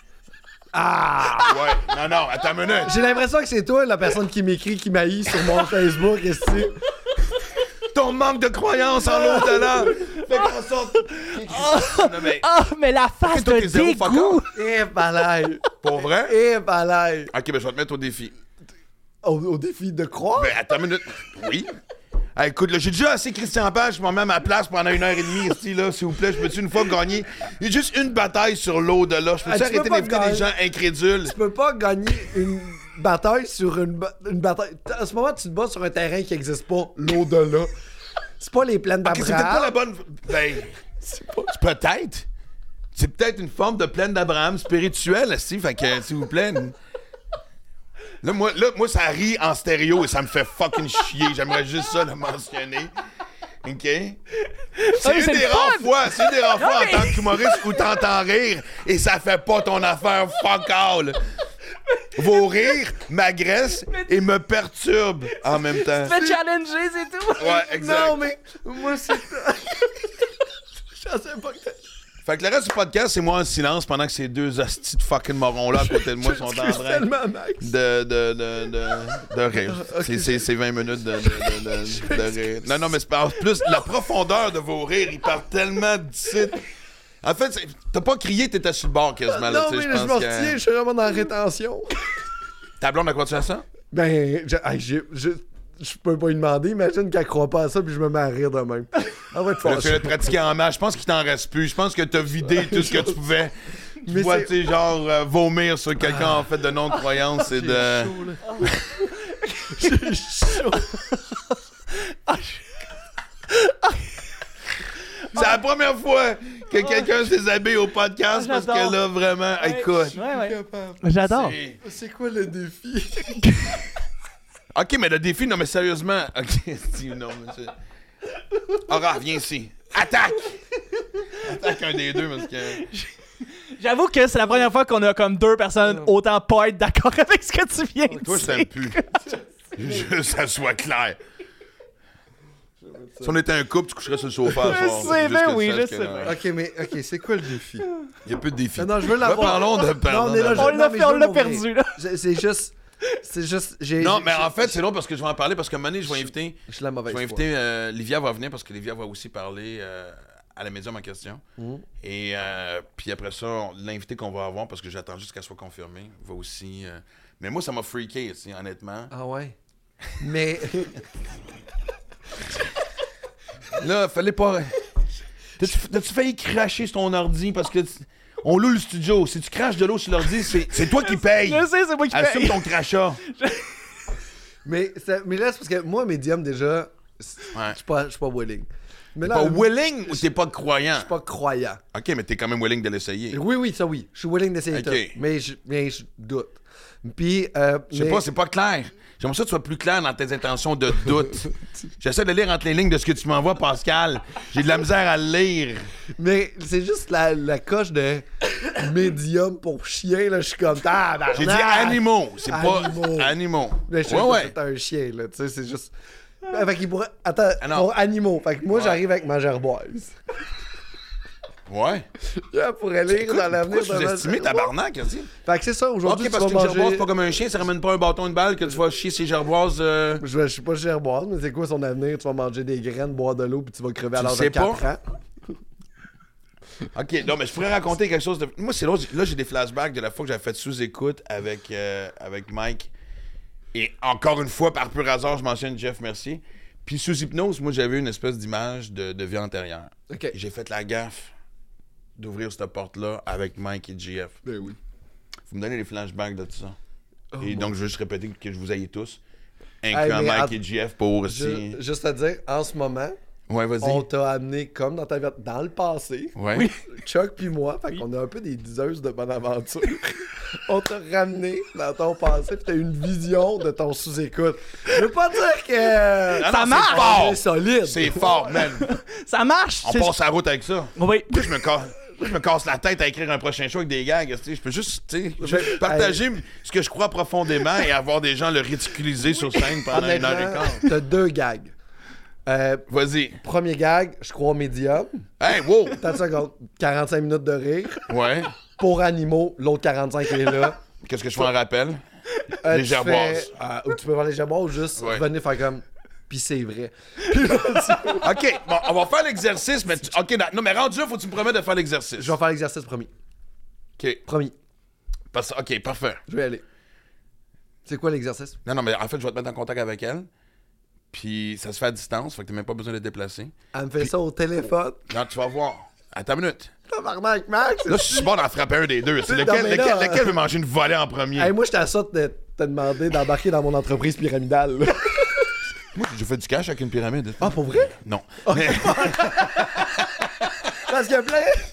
Ah! Ouais. Non, non, attends une minute. J'ai l'impression que c'est toi la personne qui m'écrit, qui m'haït sur mon Facebook, esti. Ton manque de croyance en l'au-delà fait qu'en sorte. Non, mais Ah, mais la face toi, de t'es zéro fuck dégoût! Eh, balaye. pour vrai? Eh, balaye. Ok, ben je vais te mettre au défi. Au, au défi de croire? Ben, attends une minute. Oui. Ah, écoute, là, j'ai déjà assez Christian Page, je m'en mets à ma place pendant une heure et demie, ici, là, s'il vous plaît. Je peux-tu une fois gagner? Il y a juste une bataille sur l'au-delà. Je peux-tu Ah, tu arrêter peux pas d'inviter des gagner. gens incrédules? Tu peux pas gagner une bataille sur une, ba- une bataille. À ce moment, tu te bats sur un terrain qui existe pas, l'au-delà. C'est pas les plaines Ok, c'est peut-être pas la d'Abraham. bonne. Ben, c'est pas. c'est peut-être. C'est peut-être une forme de plaine d'Abraham spirituelle, ici. Fait que, s'il vous plaît. Là moi, là, moi, ça rit en stéréo et ça me fait fucking chier. J'aimerais juste ça le mentionner. OK? C'est mais une c'est des le rares fun! fois, c'est une des rares Non, fois mais- en tant qu'humoriste où t'entends rire et ça fait pas ton affaire fuck all. Vos rires m'agressent et me perturbent en même temps. Tu fais challenger, c'est tout. Ouais, exact. Non, mais moi, c'est. Je sais pas que t'as. Fait que le reste du podcast, c'est moi en silence pendant que ces deux hosties de fucking morons-là à côté de moi sont en train tellement Max. de, de, de, de, de rire. C'est, c'est, c'est vingt minutes de, de, de, de, de rire. Non, non, mais c'est pas en plus la profondeur de vos rires, ils partent tellement d'ici. En fait, c'est- t'as pas crié, t'étais sur le bord quasiment. Là, Non, tu mais sais, là, je me pense retiens, que... je suis vraiment dans la rétention. Ta blonde a continué à ça? Ben, je, hey, j'ai- je, je peux pas lui demander. Imagine qu'elle croit pas à ça, puis je me mets à rire de même. Elle va être Là, tu fâchée. l'as pratiqué en masse. Je pense qu'il t'en reste plus. Je pense que t'as vidé tout ce que tu pouvais. Tu Mais vois, c'est- tu sais, genre, euh, vomir sur quelqu'un en fait de non-croyance et de... J'ai chaud. C'est la première fois que quelqu'un s'est habillé au podcast parce que J'adore. là, vraiment, écoute. Ouais, ouais. Capable. J'adore. c'est- C'est quoi le défi? Ok, mais le défi, non, mais sérieusement. Ok, si, non, mais c'est. Aura, viens ici. Attaque! Attaque un des deux parce que. J'avoue que c'est la première fois qu'on a comme deux personnes autant pas être d'accord avec ce que tu viens de Toi, je dire. t'aime plus. Juste que ça soit clair. Si on était un couple, tu coucherais sur le sofa. Je sais, ben oui, je sais bien. Ok, mais ok, c'est quoi le défi? Il n'y a plus de défi. Non, non, je veux l'avoir. Parlons de. Non, Pardon, on est là, je- On non, l'a mais fait, je on veux l'a mourir. perdu, là. C'est c'est juste. C'est juste. j'ai- Non, j'ai- mais en j'ai- fait, c'est long parce que je vais en parler parce que un moment donné, je vais inviter. Je suis la Je mauvaise vais foi. inviter. euh, Livia va venir parce que Livia va aussi parler euh, à la médium en question. Mhm. Et euh, puis après ça, on- l'invité qu'on va avoir, parce que j'attends juste qu'elle soit confirmée, va aussi. euh, Mais moi, ça m'a freaké, tu sais, honnêtement. Ah ouais. Mais. Là, fallait pas. T'as-tu t'as-tu failli cracher sur ton ordi parce que. tu- On loue le studio. Si tu craches de l'eau sur l'ordi, c'est c'est toi qui payes. Je sais, c'est moi qui Assume paye. ton crachat. mais, ça- mais là, c'est parce que moi, médium, déjà, c'est- Ouais. je suis pas, je suis pas willing. Mais T'es là, pas je willing ou t'es pas croyant? suis pas croyant. Ok, mais t'es quand même willing de l'essayer. Oui, oui, ça oui. Je suis willing d'essayer Ok. tout. Mais je, mais je doute. Puis. Euh, Je sais mais- pas, c'est pas clair. J'aimerais ça que tu sois plus clair dans tes intentions de doute. J'essaie de lire entre les lignes de ce que tu m'envoies, Pascal. J'ai de la misère à le lire. Mais c'est juste la, la coche de médium pour chien, là. Je suis comme. Ah, J'ai dit animaux. C'est pas Animaux. animaux. Mais je sais Ouais, pas ouais. que c'est un chien, là. Tu sais, c'est juste. Fait qu'il pourrait. Attends, Ah non. pour animaux. Fait que moi, Ouais. j'arrive avec ma gerboise. Ouais. Elle pourrait lire Écoute, dans l'avenir pourquoi de ma sous-estimé gerboise. tabarnak, dis? Fait que c'est ça, aujourd'hui, Ok, tu parce vas qu'une gerboise, manger... c'est pas comme un chien, ça ramène pas un bâton, une balle, que tu vas chier ses gerboises. euh, Je, vais- je suis pas gerboise, mais c'est quoi son avenir? Tu vas manger des graines, boire de l'eau, puis tu vas crever à Tu l'âge le de sais pas? quatre ans. Ok, non, mais je pourrais raconter quelque chose de. Moi, c'est là, là j'ai des flashbacks de la fois que j'avais fait sous-écoute avec, euh, avec Mike. Et encore une fois, par pur hasard, je mentionne Jeff Mercier. Puis sous hypnose, moi, j'avais une espèce d'image de, de vie antérieure. OK. Et j'ai fait la gaffe d'ouvrir cette porte-là avec Mike et J F. Ben oui. Vous me donnez les flashbacks de tout ça. Oh et donc, je veux juste répéter que je vous haïs tous, Hey, incluant mais Mike att- et J F pour aussi. Ju- Juste à dire, en ce moment, Ouais, vas-y. on t'a amené comme dans ta vie, dans le passé. Ouais. Chuck puis moi, fait qu'on a un peu des diseuses de bonne aventure. On t'a ramené dans ton passé, pis t'as une vision de ton sous-écoute. Je veux pas dire que... Ah Ça non, marche! c'est fort! C'est solide. C'est fort, man. Ça marche! On c'est- passe la route avec ça. Oui. Pourquoi je me casse, pourquoi je me casse la tête à écrire un prochain show avec des gags? Tu sais, je peux juste, tu sais, juste Ben, partager ce que je crois profondément et avoir des gens le ridiculiser sur scène pendant une heure et Honnêtement, quart. t'as deux gags. Euh, Vas-y. premier gag, je crois médium. Hey, wow! T'as secondes. quarante-cinq minutes de rire. Ouais. Pour animaux, l'autre quarante-cinq est là. Qu'est-ce que je fais en rappel? Euh, Les tu gerboises. fais- ah, ou tu peux voir les gerboises ou juste Ouais. venir faire comme. Pis c'est vrai. OK, bon, on va faire l'exercice, mais... tu- OK, non, non, mais rendu là, faut que tu me promettes de faire l'exercice. Je vais faire l'exercice promis. OK. Promis. Parce... OK, parfait. Je vais y aller. C'est quoi l'exercice? Non, non, mais en fait, je vais te mettre en contact avec elle. Puis ça se fait à distance, fait que t'as même pas besoin de te déplacer. Elle me fait ça au téléphone. Non, tu vas voir. Attends une minute. Tabarnak, Max! Là, je suis bon d'en frapper un des deux. C'est Non, lequel, mais là, lequel, euh, lequel veut manger une volée en premier? Hey, moi, je t'assaute de te demander d'embarquer dans mon entreprise pyramidale. là. Moi, j'ai fait du cash avec une pyramide. Ah, pour vrai? Non. Parce que plein,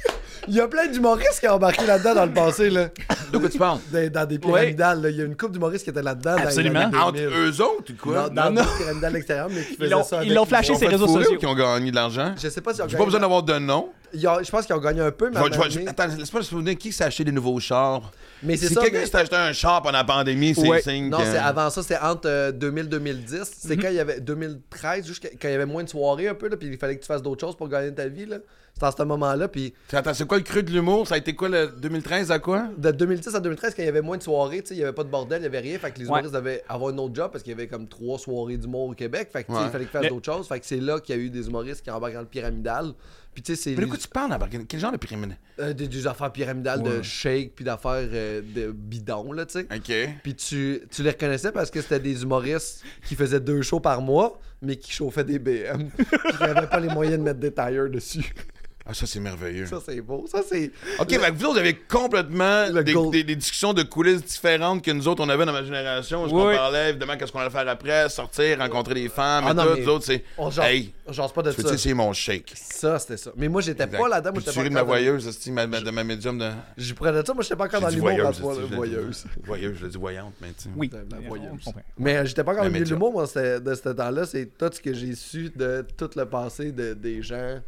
Il y a plein d'humoristes qui ont embarqué là-dedans dans le passé, là. De quoi tu parles? Dans, dans des pyramidales, là. Il y a une couple d'humoristes qui étaient là-dedans. Absolument. Dans Entre eux autres ou quoi? Non, dans Non, des pyramidales extérieures, mais qui Ils faisaient l'ont- ça ils avec- l'ont flashé Ils ont ses fait réseaux fourrer sociaux. ou qui ont gagné de l'argent? Je sais pas s'ils ont J'ai pas gagné. besoin d'avoir de nom. Ils ont- Je pense qu'ils ont gagné un peu, mais Je à vais- un je moment vais- je- donné- Attends, laisse-moi me souvenir qui s'est acheté des nouveaux chars. Mais c'est Si ça. quelqu'un mais- s'est acheté un char pendant la pandémie, c'est Ouais. signe Non, que- c'est avant ça, c'était entre euh, deux mille et deux mille dix. C'est quand il y avait deux mille treize, jusqu'à quand il y avait moins de soirées un peu, là, puis il fallait que tu fasses d'autres choses pour gagner ta vie. Là. C'était à ce moment-là. Puis Attends, c'est quoi le cru de l'humour? Ça a été quoi le deux mille treize à quoi? de deux mille dix à deux mille treize, quand il y avait moins de soirées, tu sais, il y avait pas de bordel, il y avait rien. Fait que les Ouais. humoristes devaient avoir un autre job parce qu'il y avait comme trois soirées d'humour au Québec. Fait que tu sais, Ouais. il fallait qu'ils fassent Mais- d'autres choses. Fait que c'est là qu'il y a eu des humoristes qui embarquent dans le pyramidal. Puis tu sais, c'est Mais de les- quoi tu parles, Embarqué? Quel genre de pyramide? euh, des, des affaires pyramidales de Ouais. shake puis d'affaires euh, de bidons, là, tu sais. OK. Puis tu, tu les reconnaissais parce que c'était des humoristes qui faisaient deux shows par mois, mais qui chauffaient des B M. Puis qui n'avaient pas les moyens de mettre des tailleurs dessus. Ah, ça, c'est merveilleux. Ça, c'est beau. Ça, c'est. OK, fait que vous autres, vous avez complètement Le des, gold. des- des discussions de coulisses différentes que nous autres, on avait dans ma génération. Où on Oui. parlait, évidemment, qu'est-ce qu'on allait faire après, sortir, rencontrer des femmes, Ah et non, tout. mais Nous autres, c'est... On jase, Hey, on jase pas de tu veux ça. dire, c'est mon shake. Ça, c'était ça. Mais moi, j'étais Exact. pas là-dedans. Moi, Puis j'étais tu pas ris de ma encore dans- voyeuse, c'est ma, ma- de ma médium de... Je prenais ça, moi, j'étais pas encore dans J'ai dit l'humour. voyeuse, à toi, c'est- là, je l'ai voyeuse. dit. Voyeuse, je l'ai dit voyante, mais tu sais. Oui. La On voyeuse. comprend. Mais euh, j'étais pas encore dans Le le milieu de média. l'humour, moi, c'était- de ce temps-là. C'est tout ce que j'ai su de tout le passé de, des gens.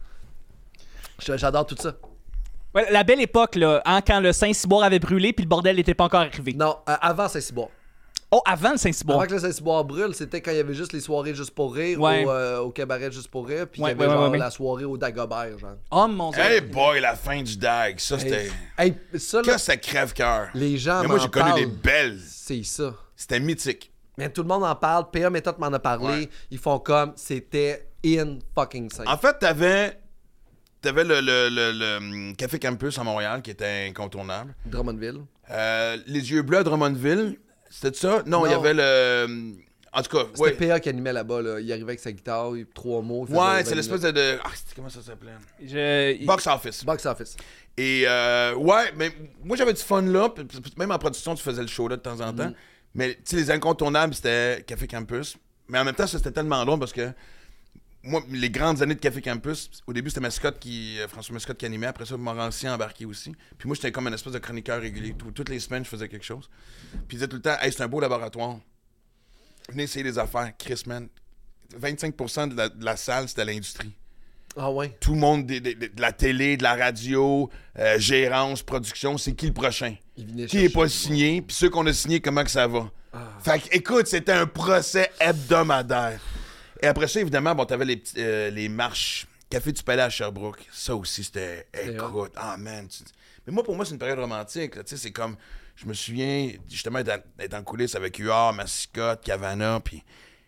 Je- J'adore tout ça. Ouais, la belle époque, là, hein, quand le Saint-Cyboire avait brûlé puis le bordel n'était pas encore arrivé. Non, euh, avant Saint-Cyboire. Oh, avant le Saint-Cyboire. Avant que le Saint-Cyboire brûle, c'était quand il y avait juste les soirées juste pour rire Ouais. au, euh, au cabaret juste pour rire, puis Ouais, il y avait ouais, genre ouais, ouais. la soirée au Dagobert, genre. Oh mon dieu. Hey boy, la fin du dag, ça, c'était... Hey, ça, là, Que ça crève-cœur. les gens Mais moi, m'en j'ai connu parlent. des belles. C'est ça. C'était mythique. Mais tout le monde en parle. P A Méthode m'en a parlé. Ouais. Ils font comme c'était in fucking sync. En fait, t'avais... T'avais le, le, le, le, hum, Café Campus à Montréal qui était incontournable. Drummondville. Euh, les Yeux Bleus à Drummondville, c'était ça? Non, il y Non. avait le... hum, En tout cas, C'était ouais. P A qui animait là-bas. Là. Il arrivait avec sa guitare, il- trois mots. il faisait Ouais, vingt c'est l'espèce minutes. de... de- Ah, c'était- comment ça s'appelait? Je... Box Office. Box Office. Et euh, ouais, mais moi j'avais du fun là. puis- puis Même en production, tu faisais le show là de temps en temps. Mais tu sais, les incontournables, c'était Café Campus. Mais en même temps, ça c'était tellement long parce que moi, les grandes années de Café Campus, au début c'était Mascotte qui, euh, François Mascotte qui animait. Après ça, Morancy a embarqué aussi. Puis moi, j'étais comme une espèce de chroniqueur régulier. Tout- toutes les semaines, je faisais quelque chose. Puis il disait tout le temps, hey, c'est un beau laboratoire. Venez essayer les affaires. Chris, man. vingt-cinq pour cent de la, de la salle, c'était l'industrie. Ah ouais. Tout le monde, de, de- de la télé, de la radio, euh, gérance, production, c'est qui le prochain? Il venait Qui est chercher pas du signé, puis ceux qu'on a signés, comment que ça va? Fait que, écoute, c'était un procès hebdomadaire. Et après ça, évidemment, bon, t'avais les, petits, euh, les marches Café du Palais à Sherbrooke. Ça aussi, c'était... Écoute, ah man. tu- Mais moi, pour moi, c'est une période romantique. là. Tu sais, c'est comme... Je me souviens, justement, d'être d'être en coulisses avec U R, Mascotte, Cavana, puis...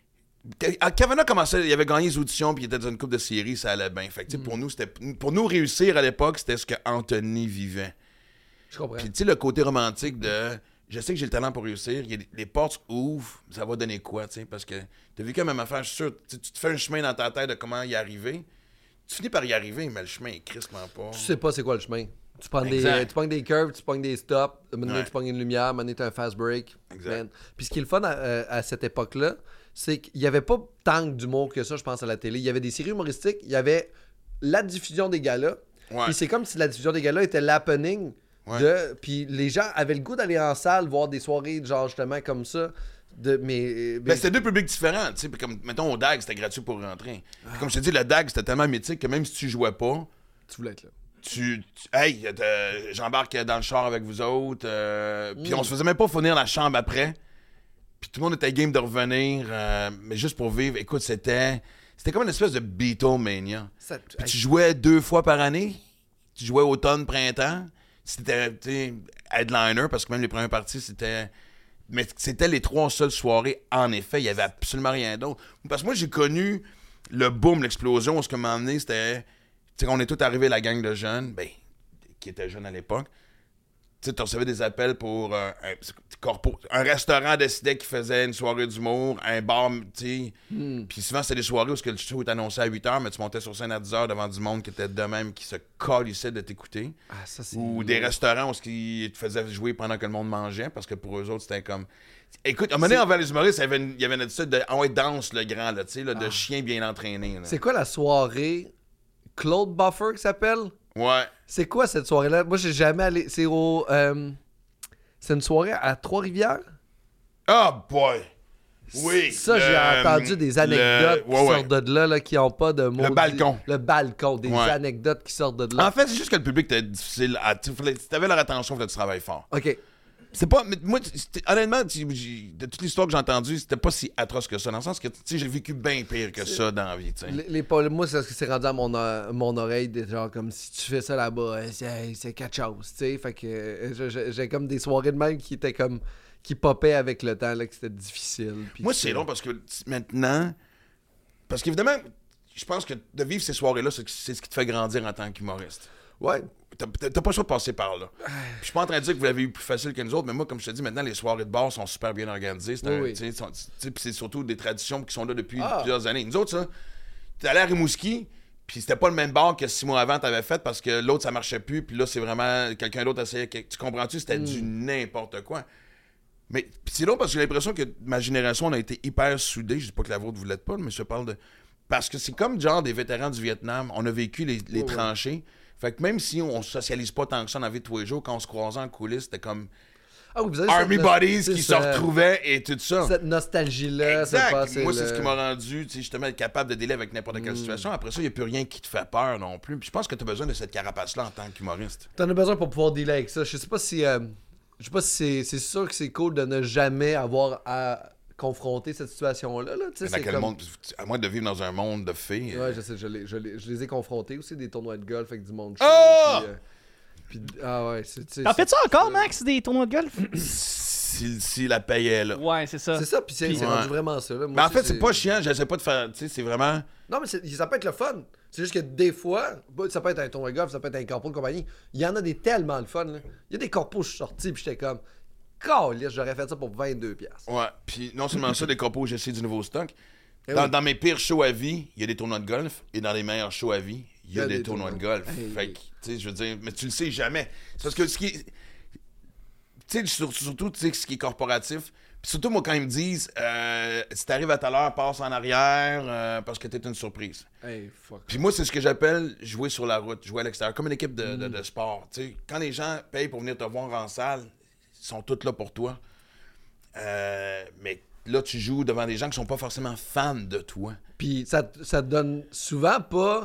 Ah, Cavana commençait, il avait gagné les auditions, puis il était dans une coupe de série, ça allait bien. Fait que, tu sais, pour nous, c'était... Pour nous, réussir à l'époque, c'était ce que Anthony vivait. Je comprends. Puis, tu sais, le côté romantique de... Je sais que j'ai le talent pour réussir. Il y a des- les portes ouvrent, ça va donner quoi, tu sais? Parce que t'as vécu la même affaire, je suis sûr. Tu tu te fais un chemin dans ta tête de comment y arriver. Tu finis par y arriver, mais le chemin est crissement pas. Tu sais pas c'est quoi le chemin. Tu prends des, Exact. tu pognes des curves, tu pognes des stops, maintenant Ouais. tu pognes une lumière, maintenant tu as un fast break. Exact. Man. Puis ce qui est le fun à, à- à cette époque-là, c'est qu'il n'y avait pas tant d'humour que ça, je pense, à la télé. Il y avait des séries humoristiques, il y avait la diffusion des galas. Ouais. Puis c'est comme si la diffusion des galas était l'happening. Ouais. De... Puis les gens avaient le goût d'aller en salle, voir des soirées, genre justement comme ça. De... Mais, mais- Ben, c'était deux publics différents, tu sais. Puis comme, mettons, au D A G, c'était gratuit pour rentrer. Puis comme je te dis, le D A G, c'était tellement mythique que même si tu jouais pas, tu voulais être là. tu... tu- hey, euh, j'embarque dans le char avec vous autres. euh, Puis on se faisait même pas fournir la chambre après. Puis tout le monde était game de revenir, euh, mais juste pour vivre. Écoute, c'était... C'était comme une espèce de Beatlemania. Ça- Puis tu jouais deux fois par année. Tu jouais automne, printemps. C'était, tu sais, headliner, parce que même les premières parties, c'était... Mais c'était les trois seules soirées, en effet. Il y avait absolument rien d'autre. Parce que moi, j'ai connu le boom, l'explosion. Ce que m'a amené, c'était... Tu sais, on est tous arrivés, la gang de jeunes, ben, qui étaient jeunes à l'époque. Tu sais, tu recevais des appels pour euh, un, corpo- un restaurant décidait qu'il faisait une soirée d'humour, un bar, tu sais. Puis souvent, c'était des soirées où le show était annoncé à huit heures, mais tu montais sur scène à dix heures devant du monde qui était de même, qui se calissait de t'écouter. Ah, ça, c'est... Ou des restaurants où ils te faisaient jouer pendant que le monde mangeait, parce que pour eux autres, c'était comme... Écoute, à un moment donné, envers les humoristes, il y avait une, il y avait une attitude de « Ah ouais, danse, le grand, là, tu sais, là, de chien bien entraîné. » là. C'est quoi la soirée Claude Buffer qui s'appelle? Ouais. C'est quoi cette soirée-là? Moi, j'ai jamais allé. C'est au. euh, C'est une soirée à Trois-Rivières? Oh boy! Oui. Ça, le- j'ai entendu des anecdotes le- qui ouais, ouais. sortent de là, là qui n'ont pas de mots. balcon. Le balcon, des Ouais. anecdotes qui sortent de là. En fait, c'est juste que le public était difficile à. Tu fallait- si t'avais leur attention, il fallait que tu travailles fort. OK. C'est pas. Mais moi, c'était- honnêtement, tu- j'ai- de toute l'histoire que j'ai entendue, c'était pas si atroce que ça. Dans le sens que, tu sais, j'ai vécu bien pire que ça dans la vie, tu sais. Les, les pol- moi, c'est ce qui s'est rendu à mon, o- mon oreille, de genre comme si tu fais ça là-bas, euh, c'est, c'est quelque chose, tu sais. Fait que euh, je- je- j'ai comme des soirées de même qui étaient comme. Qui popaient avec le temps, là, que c'était difficile. Puis Moi, que- c'est long parce que t- maintenant. Parce qu'évidemment, je pense que de vivre ces soirées-là, c'est c'est ce qui te fait grandir en tant qu'humoriste. Ouais. T'as t'as pas le choix de passer par là. Puis Je suis pas en train de dire que vous l'avez eu plus facile que nous autres, mais moi, comme je te dis, maintenant, les soirées de bar sont super bien organisées. C'est Oui, un- oui. tu sais, sont- tu sais, puis c'est surtout des traditions qui sont là depuis Ah. plusieurs années. Nous autres, ça, t'es allé à Rimouski, puis c'était pas le même bar que six mois avant t'avais fait parce que l'autre, ça marchait plus, puis là, c'est vraiment quelqu'un d'autre essayait. que- Tu comprends-tu? C'était Hmm. du n'importe quoi. Mais pis c'est long parce que j'ai l'impression que ma génération, on a été hyper soudés. Je dis pas que la vôtre, vous l'êtes pas, mais je parle de. Parce que c'est comme genre des vétérans du Vietnam. On a vécu les, les Oh, ouais. tranchées. Fait que même si on socialise pas tant que ça dans la vie de tous les jours, quand on se croisait en coulisses, c'était comme Ah oui, vous avez Army cette- Buddies c'est qui se ça, retrouvaient et tout ça. Cette nostalgie-là, Exact. ce passé-là. Moi, c'est ce qui m'a rendu, tu sais, justement, être capable de délai avec n'importe Mm. quelle situation. Après ça, il n'y a plus rien qui te fait peur non plus. Puis je pense que tu as besoin de cette carapace-là en tant qu'humoriste. T'en as besoin pour pouvoir dealer avec ça. Je sais pas si. euh, je sais pas si c'est, c'est sûr que c'est cool de ne jamais avoir à confronter cette situation-là. Là. Tu sais, Dans c'est quel comme- monde, à moins de vivre dans un monde de fées. euh, Ouais, je sais, je, l'ai- je, l'ai- je les ai confrontés aussi, des tournois de golf avec du monde chaud. Ah! Puis, euh, puis- ah ouais, c'est. tu sais, T'en c'est- fais-tu encore, Max, des tournois de golf? Si, si la paye est là. Ouais, c'est ça. C'est ça, puis c'est, Puis- c'est Ouais. rendu vraiment ça. Là. Moi Mais en aussi, fait, c'est pas chiant, j'essaie pas de faire. Tu sais, c'est vraiment. Non, mais c'est- ça peut être le fun. C'est juste que des fois, bah, ça peut être un tournoi de golf, ça peut être un corpo de compagnie. Il y en a des tellement le fun. Là. Il y a des corpos, je suis sorti, puis j'étais comme. Calisse, j'aurais fait ça pour vingt-deux piastres. Ouais. Puis non seulement ça, des compos, j'essaie du nouveau stock. Eh Dans, oui. dans mes pires shows à vie, il y a des tournois de golf. Et dans les meilleurs shows à vie, il y a, des, tournois de golf. Hey. Fait que, tu sais, je veux dire, mais tu le sais jamais. C'est parce que ce qui est. Tu sais, sur- surtout, tu sais, ce qui est corporatif. Puis surtout, moi, quand ils me disent, euh, si t'arrives à telle heure, passe en arrière euh, parce que t'es une surprise. Hey, fuck. Puis moi, c'est ce que j'appelle jouer sur la route, jouer à l'extérieur, comme une équipe de, Mm. de- de sport. Tu sais, quand les gens payent pour venir te voir en salle, ils sont tous là pour toi. Euh, mais là, tu joues devant des gens qui sont pas forcément fans de toi. Puis ça, ça te donne souvent pas.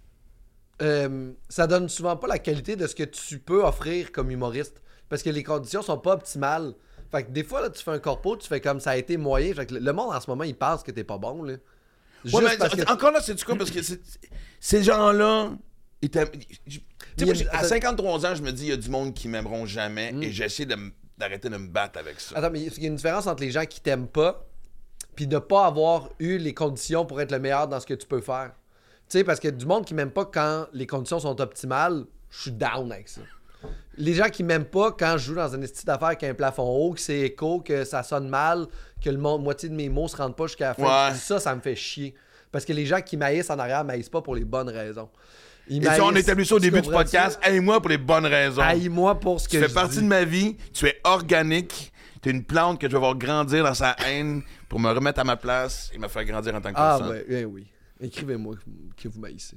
euh, ça donne souvent pas la qualité de ce que tu peux offrir comme humoriste. Parce que les conditions sont pas optimales. Fait que des fois, là, tu fais un corpo, tu fais comme ça a été moyen. Fait que le- le monde en ce moment, il pense que t'es pas bon. Là. Juste Ouais, mais parce que. encore là, c'est du coup, parce que c'est- ces gens-là, ils t'aiment- je- tu sais, moi, Il y a- à cinquante-trois ans, je me dis, il y a du monde qui m'aimeront jamais et j'essaie de m- d'arrêter de me battre avec ça. Attends, mais il y a une différence entre les gens qui t'aiment pas puis de pas avoir eu les conditions pour être le meilleur dans ce que tu peux faire. Tu sais, parce que du monde qui m'aime pas quand les conditions sont optimales, je suis down avec ça. Les gens qui m'aiment pas quand je joue dans un style d'affaires avec un plafond haut, que c'est écho, que ça sonne mal, que le monde, moitié de mes mots se rendent pas jusqu'à la fin, Ouais. ça, ça me fait chier. Parce que les gens qui maïssent en arrière maïssent pas pour les bonnes raisons. Ils Et ça, on maïssent- établit ça au tu début du comprends-tu? podcast. Aille-moi pour les bonnes raisons. Haïs-moi pour ce que Tu fais je partie dis. de ma vie, tu es organique, tu es une plante que je vais voir grandir dans sa haine pour me remettre à ma place et me faire grandir en tant que Ah, personne. ben, ben oui. Écrivez-moi que vous maïssez.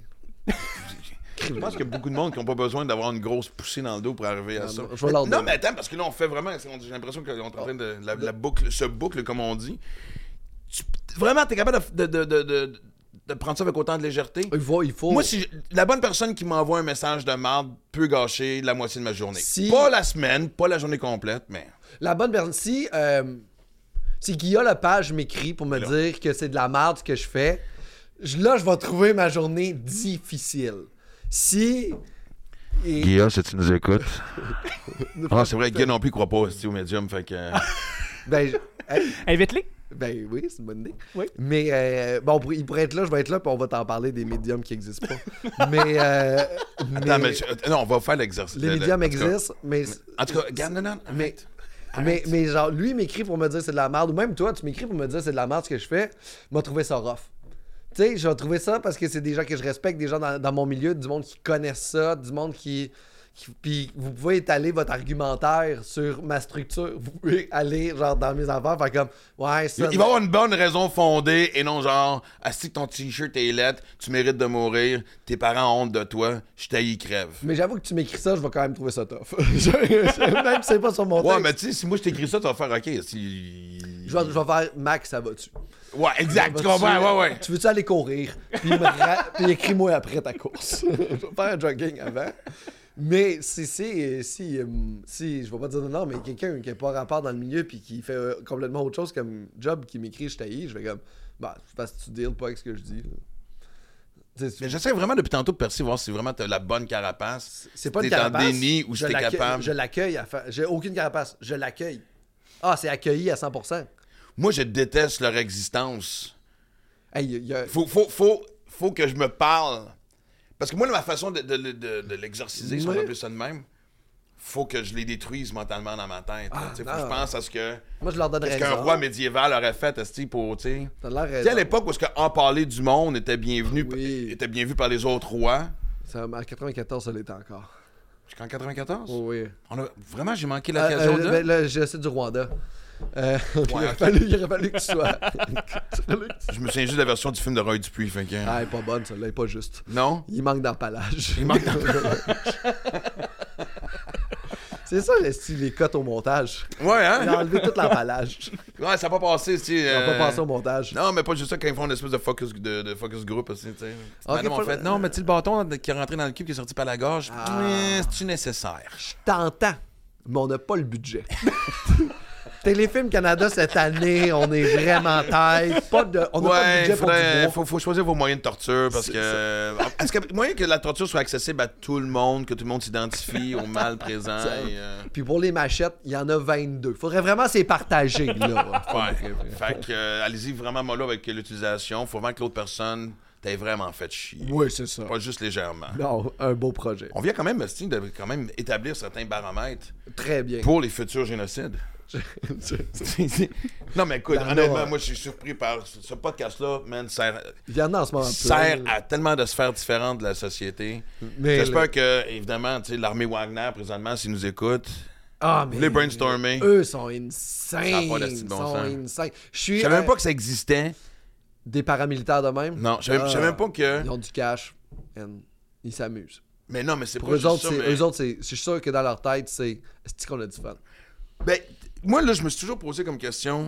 Je pense qu'il y a beaucoup de monde qui n'ont pas besoin d'avoir une grosse poussée dans le dos pour arriver à Non, ça. non, je vais leur non, donner. mais attends, parce que là, on fait vraiment. c'est- on- J'ai l'impression qu'on est en train de. La, la boucle, ce boucle, comme on dit. Tu- vraiment, t'es capable de, de, de, de, de prendre ça avec autant de légèreté? Il faut. Il faut... Moi, si je- la bonne personne qui m'envoie un message de marde peut gâcher la moitié de ma journée. Si- Pas la semaine, pas la journée complète, mais. La bonne personne. Si, euh, si Guillaume Lepage m'écrit pour me Là. dire que c'est de la merde ce que je fais, je- là, je vais trouver ma journée difficile. Si. et- Guillaume, si tu nous écoutes. Ah, c'est vrai, Guy non plus, il croit pas aussi au médium, fait que. Ben, je- hey, Invite-les. ben oui, c'est une bonne idée. Oui. Mais euh, bon, pour- il pourrait être là, je vais être là, puis on va t'en parler des médiums qui n'existent pas. mais, euh, Attends, mais. je- Non, on va faire l'exercice. les Le- le- médiums en tout cas- existent, mais. En tout cas, regarde, non, non, Mais, arrête. mais, mais genre, lui, il m'écrit pour me dire c'est de la merde, ou même toi, tu m'écris pour me dire c'est de la merde ce que je fais, m'a trouvé ça rough. Tu sais, je vais trouver ça parce que c'est des gens que je respecte, des gens dans, dans mon milieu, du monde qui connaissent ça, du monde qui, Puis vous pouvez étaler votre argumentaire sur ma structure. Vous pouvez aller genre dans mes affaires, faire comme ouais, ça. Il va y avoir une bonne raison fondée et non genre assis que ton t-shirt est laid, tu mérites de mourir, tes parents ont honte de toi, je t'haïs, crève. Mais j'avoue que tu m'écris ça, je vais quand même trouver ça tough. Même si c'est pas sur mon texte. Ouais, mais tu sais, si moi je t'écris ça, tu vas faire ok. Si... Je vais, je vais faire Mac, ça va-tu? Ouais, exact, tu Ça va-tu? comprends, ouais, ouais. Tu veux-tu aller courir? Puis, me ra- puis écris-moi après ta course. Je vais faire un jogging avant. Mais si, si, si, euh, si, je vais pas dire non, mais quelqu'un qui n'a pas rapport dans le milieu puis qui fait euh, complètement autre chose comme job, qui m'écrit je t'haïs, je vais comme, bah, parce que tu deals pas avec ce que je dis. Là. Mais j'essaie vraiment depuis tantôt de percer, voir si vraiment t'as la bonne carapace. C'est pas si une t'es carapace. en déni ou si Je t'es l'accueille- capable. Je l'accueille. À fa- J'ai aucune carapace. Je l'accueille. Ah, c'est accueilli à cent pour cent. Moi, je déteste leur existence. Hey, y a- y a- Faut, faut, faut, faut que je me parle. Parce que moi, ma façon de, de, de, de l'exorciser, si on Ouais. va appeler ça de même, faut que je les détruise mentalement dans ma tête. Ah, Tu sais, faut non. que je pense à ce que. Moi, je leur donne Ce raison. qu'un roi médiéval aurait fait, esti, pour, tu sais. T'as l'air Tu sais, à raison. l'époque où ce que en parler du monde était bienvenu, Oui. était bien vu par les autres rois. Ça, en quatre-vingt-quatorze, ça l'était encore. Jusqu'en quatre-vingt-quatorze? Oh, oui. On a... Vraiment, j'ai manqué Euh, l'occasion euh, de. ben, là, je sais du Rwanda. Euh, il, aurait ok. fallu, il aurait fallu que tu sois. Je me souviens juste de la version du film de Roy Dupuis. Fait que... Ah, elle est pas bonne, celle-là, elle est pas juste. Non? Il manque d'empalage. Il manque C'est ça, le style, les cotes au montage. Ouais, Il a hein? enlevé tout l'empalage. Ouais, ça n'a pas passé, tu sais. Il a euh, pas passé au montage. Non, mais pas juste ça quand ils font une espèce de focus, de, de focus group aussi, tu sais. Ok, Madame, en faut- fait, non, mais tu sais, le bâton qui est rentré dans le cube qui est sorti par la gorge, Ah. ouais, c'est-tu nécessaire? Je t'entends, mais on n'a pas le budget. Téléfilm Canada cette année, on est vraiment tête. Pas de, on n'a pas de Ouais, budget pour du faudrait, bois. faut, faut choisir vos moyens de torture parce C'est que. Est-ce que moyen que la torture soit accessible à tout le monde, que tout le monde s'identifie au mal présent Ça- et, euh, Puis pour les machettes, il y en a vingt-deux. Faudrait vraiment c'est partager, là. Ouais. Fait que, euh, allez-y vraiment mollo avec l'utilisation. Faut vraiment que l'autre personne t'ait vraiment fait chier. Oui, c'est ça. Pas juste légèrement. Non, un beau projet. On vient quand même, Steve, de quand même établir certains baromètres Très bien. pour les futurs génocides. Non, mais écoute, Il y en a, honnêtement, ouais. moi, je suis surpris par ce ce podcast-là, man, sert, Il y en a en ce moment sert plein. à tellement de sphères différentes de la société. Mais J'espère le- que, évidemment, tu sais, l'armée Wagner, présentement, s'ils nous écoutent, Ah, vous mais voulez brainstormer. eux sont insane. Ça a pas d'asti de bon Ils sont sens. insane. Je suis Je savais euh, même pas que ça existait. des paramilitaires de même. Non, je savais je savais Ah, même pas que... Ils ont du cash. and Ils s'amusent. Mais non, mais c'est Pour pas eux juste autres, ça, c'est, mais- eux autres, c'est, je suis sûr que dans leur tête, c'est est-ce qu'on a du fun. Ben, moi, là, je me suis toujours posé comme question.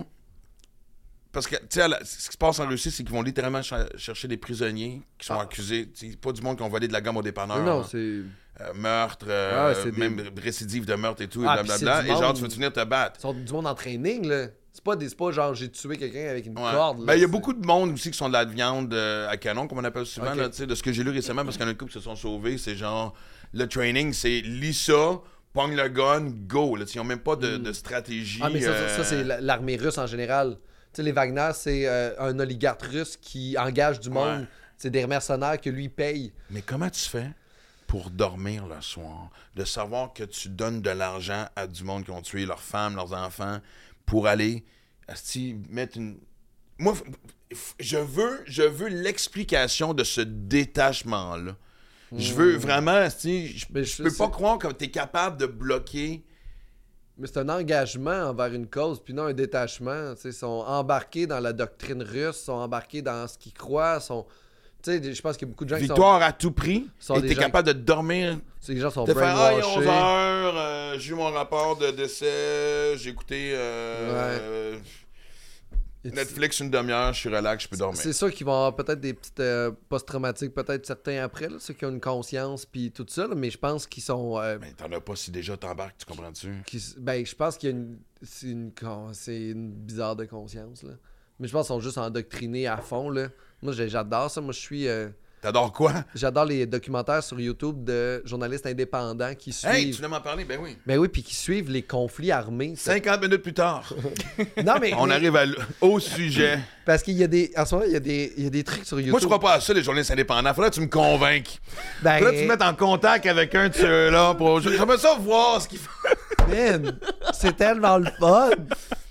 Parce que, tu sais, à la- ce qui se passe en Russie, c'est qu'ils vont littéralement ch- chercher des prisonniers qui sont Ah. accusés. Tu sais, pas du monde qui ont volé de la gomme au dépanneur. non, hein. c'est. Euh, meurtre, euh, Ah, c'est des- même récidive de meurtre et tout, Ah, et puis blablabla. c'est du Et genre, monde- tu veux venir te battre. Ils sont du monde en training, là. C'est pas, des, c'est pas genre j'ai tué quelqu'un avec une Ouais. corde. là. Ben, il y a C'est- beaucoup de monde aussi qui sont de la viande euh, à canon, comme on appelle souvent, Ok. là, tu sais, de ce que j'ai lu récemment, parce qu'il y en a une couple qui se sont sauvés. C'est genre, le training, c'est lis ça, pogne le gun, go. Là, tu sais, ils n'ont même pas de, de stratégie. Ah, mais ça, ça, euh, ça, c'est la- l'armée russe en général. Tu sais, les Wagner, c'est euh, un oligarque russe qui engage du monde. Ouais. C'est des mercenaires que lui paye. Mais comment tu fais pour dormir le soir? De savoir que tu donnes de l'argent à du monde qui ont tué leurs femmes, leurs enfants, pour aller, asti, mettre une... Moi, f- f- je veux, je veux l'explication de ce détachement-là. Je veux vraiment, asti, je, Mais je je- peux c'est- pas croire que tu es capable de bloquer... Mais c'est un engagement envers une cause, puis non un détachement. Tu sais, ils sont embarqués dans la doctrine russe, sont embarqués dans ce qu'ils croient, sont... Tu sais, je pense qu'il y a beaucoup de gens Victoire à tout prix, sont et des t'es gens- capable de dormir... qui sont... C'est que les gens sont De faire, ah, il est onze brainwashés. heures, euh, j'ai eu mon rapport de décès, j'ai écouté euh, euh, Et tu- Netflix une demi-heure, je suis relax, je peux dormir. C'est sûr qu'ils vont avoir peut-être des petites euh, post-traumatiques, peut-être certains après, là, ceux qui ont une conscience, puis tout ça, là, mais je pense qu'ils sont... euh, Mais t'en as pas si déjà t'embarques, tu comprends-tu? qui s- ben, je pense qu'il y a une... C'est une, con- c'est une bizarre de conscience, là. Mais je pense qu'ils sont juste endoctrinés à fond, là. Moi, j'ai- j'adore ça. Moi, je suis... euh, T'adores quoi? J'adore les documentaires sur YouTube de journalistes indépendants qui suivent... Hey, tu voulais m'en parler? Ben oui. Ben oui, puis qui suivent les conflits armés. C'est- cinquante minutes plus tard, Non, mais... on mais- arrive à l- au sujet. Parce qu'il y a des... En ce moment, il y a des, il y a des trucs sur YouTube. Moi, je crois pas à ça, les journalistes indépendants. Faudrait que tu me convainques. Ben, Faudrait que tu me mettes en contact avec un de ceux-là. Pour... J'aimerais ça voir ce qu'ils font. man, c'est tellement le fun.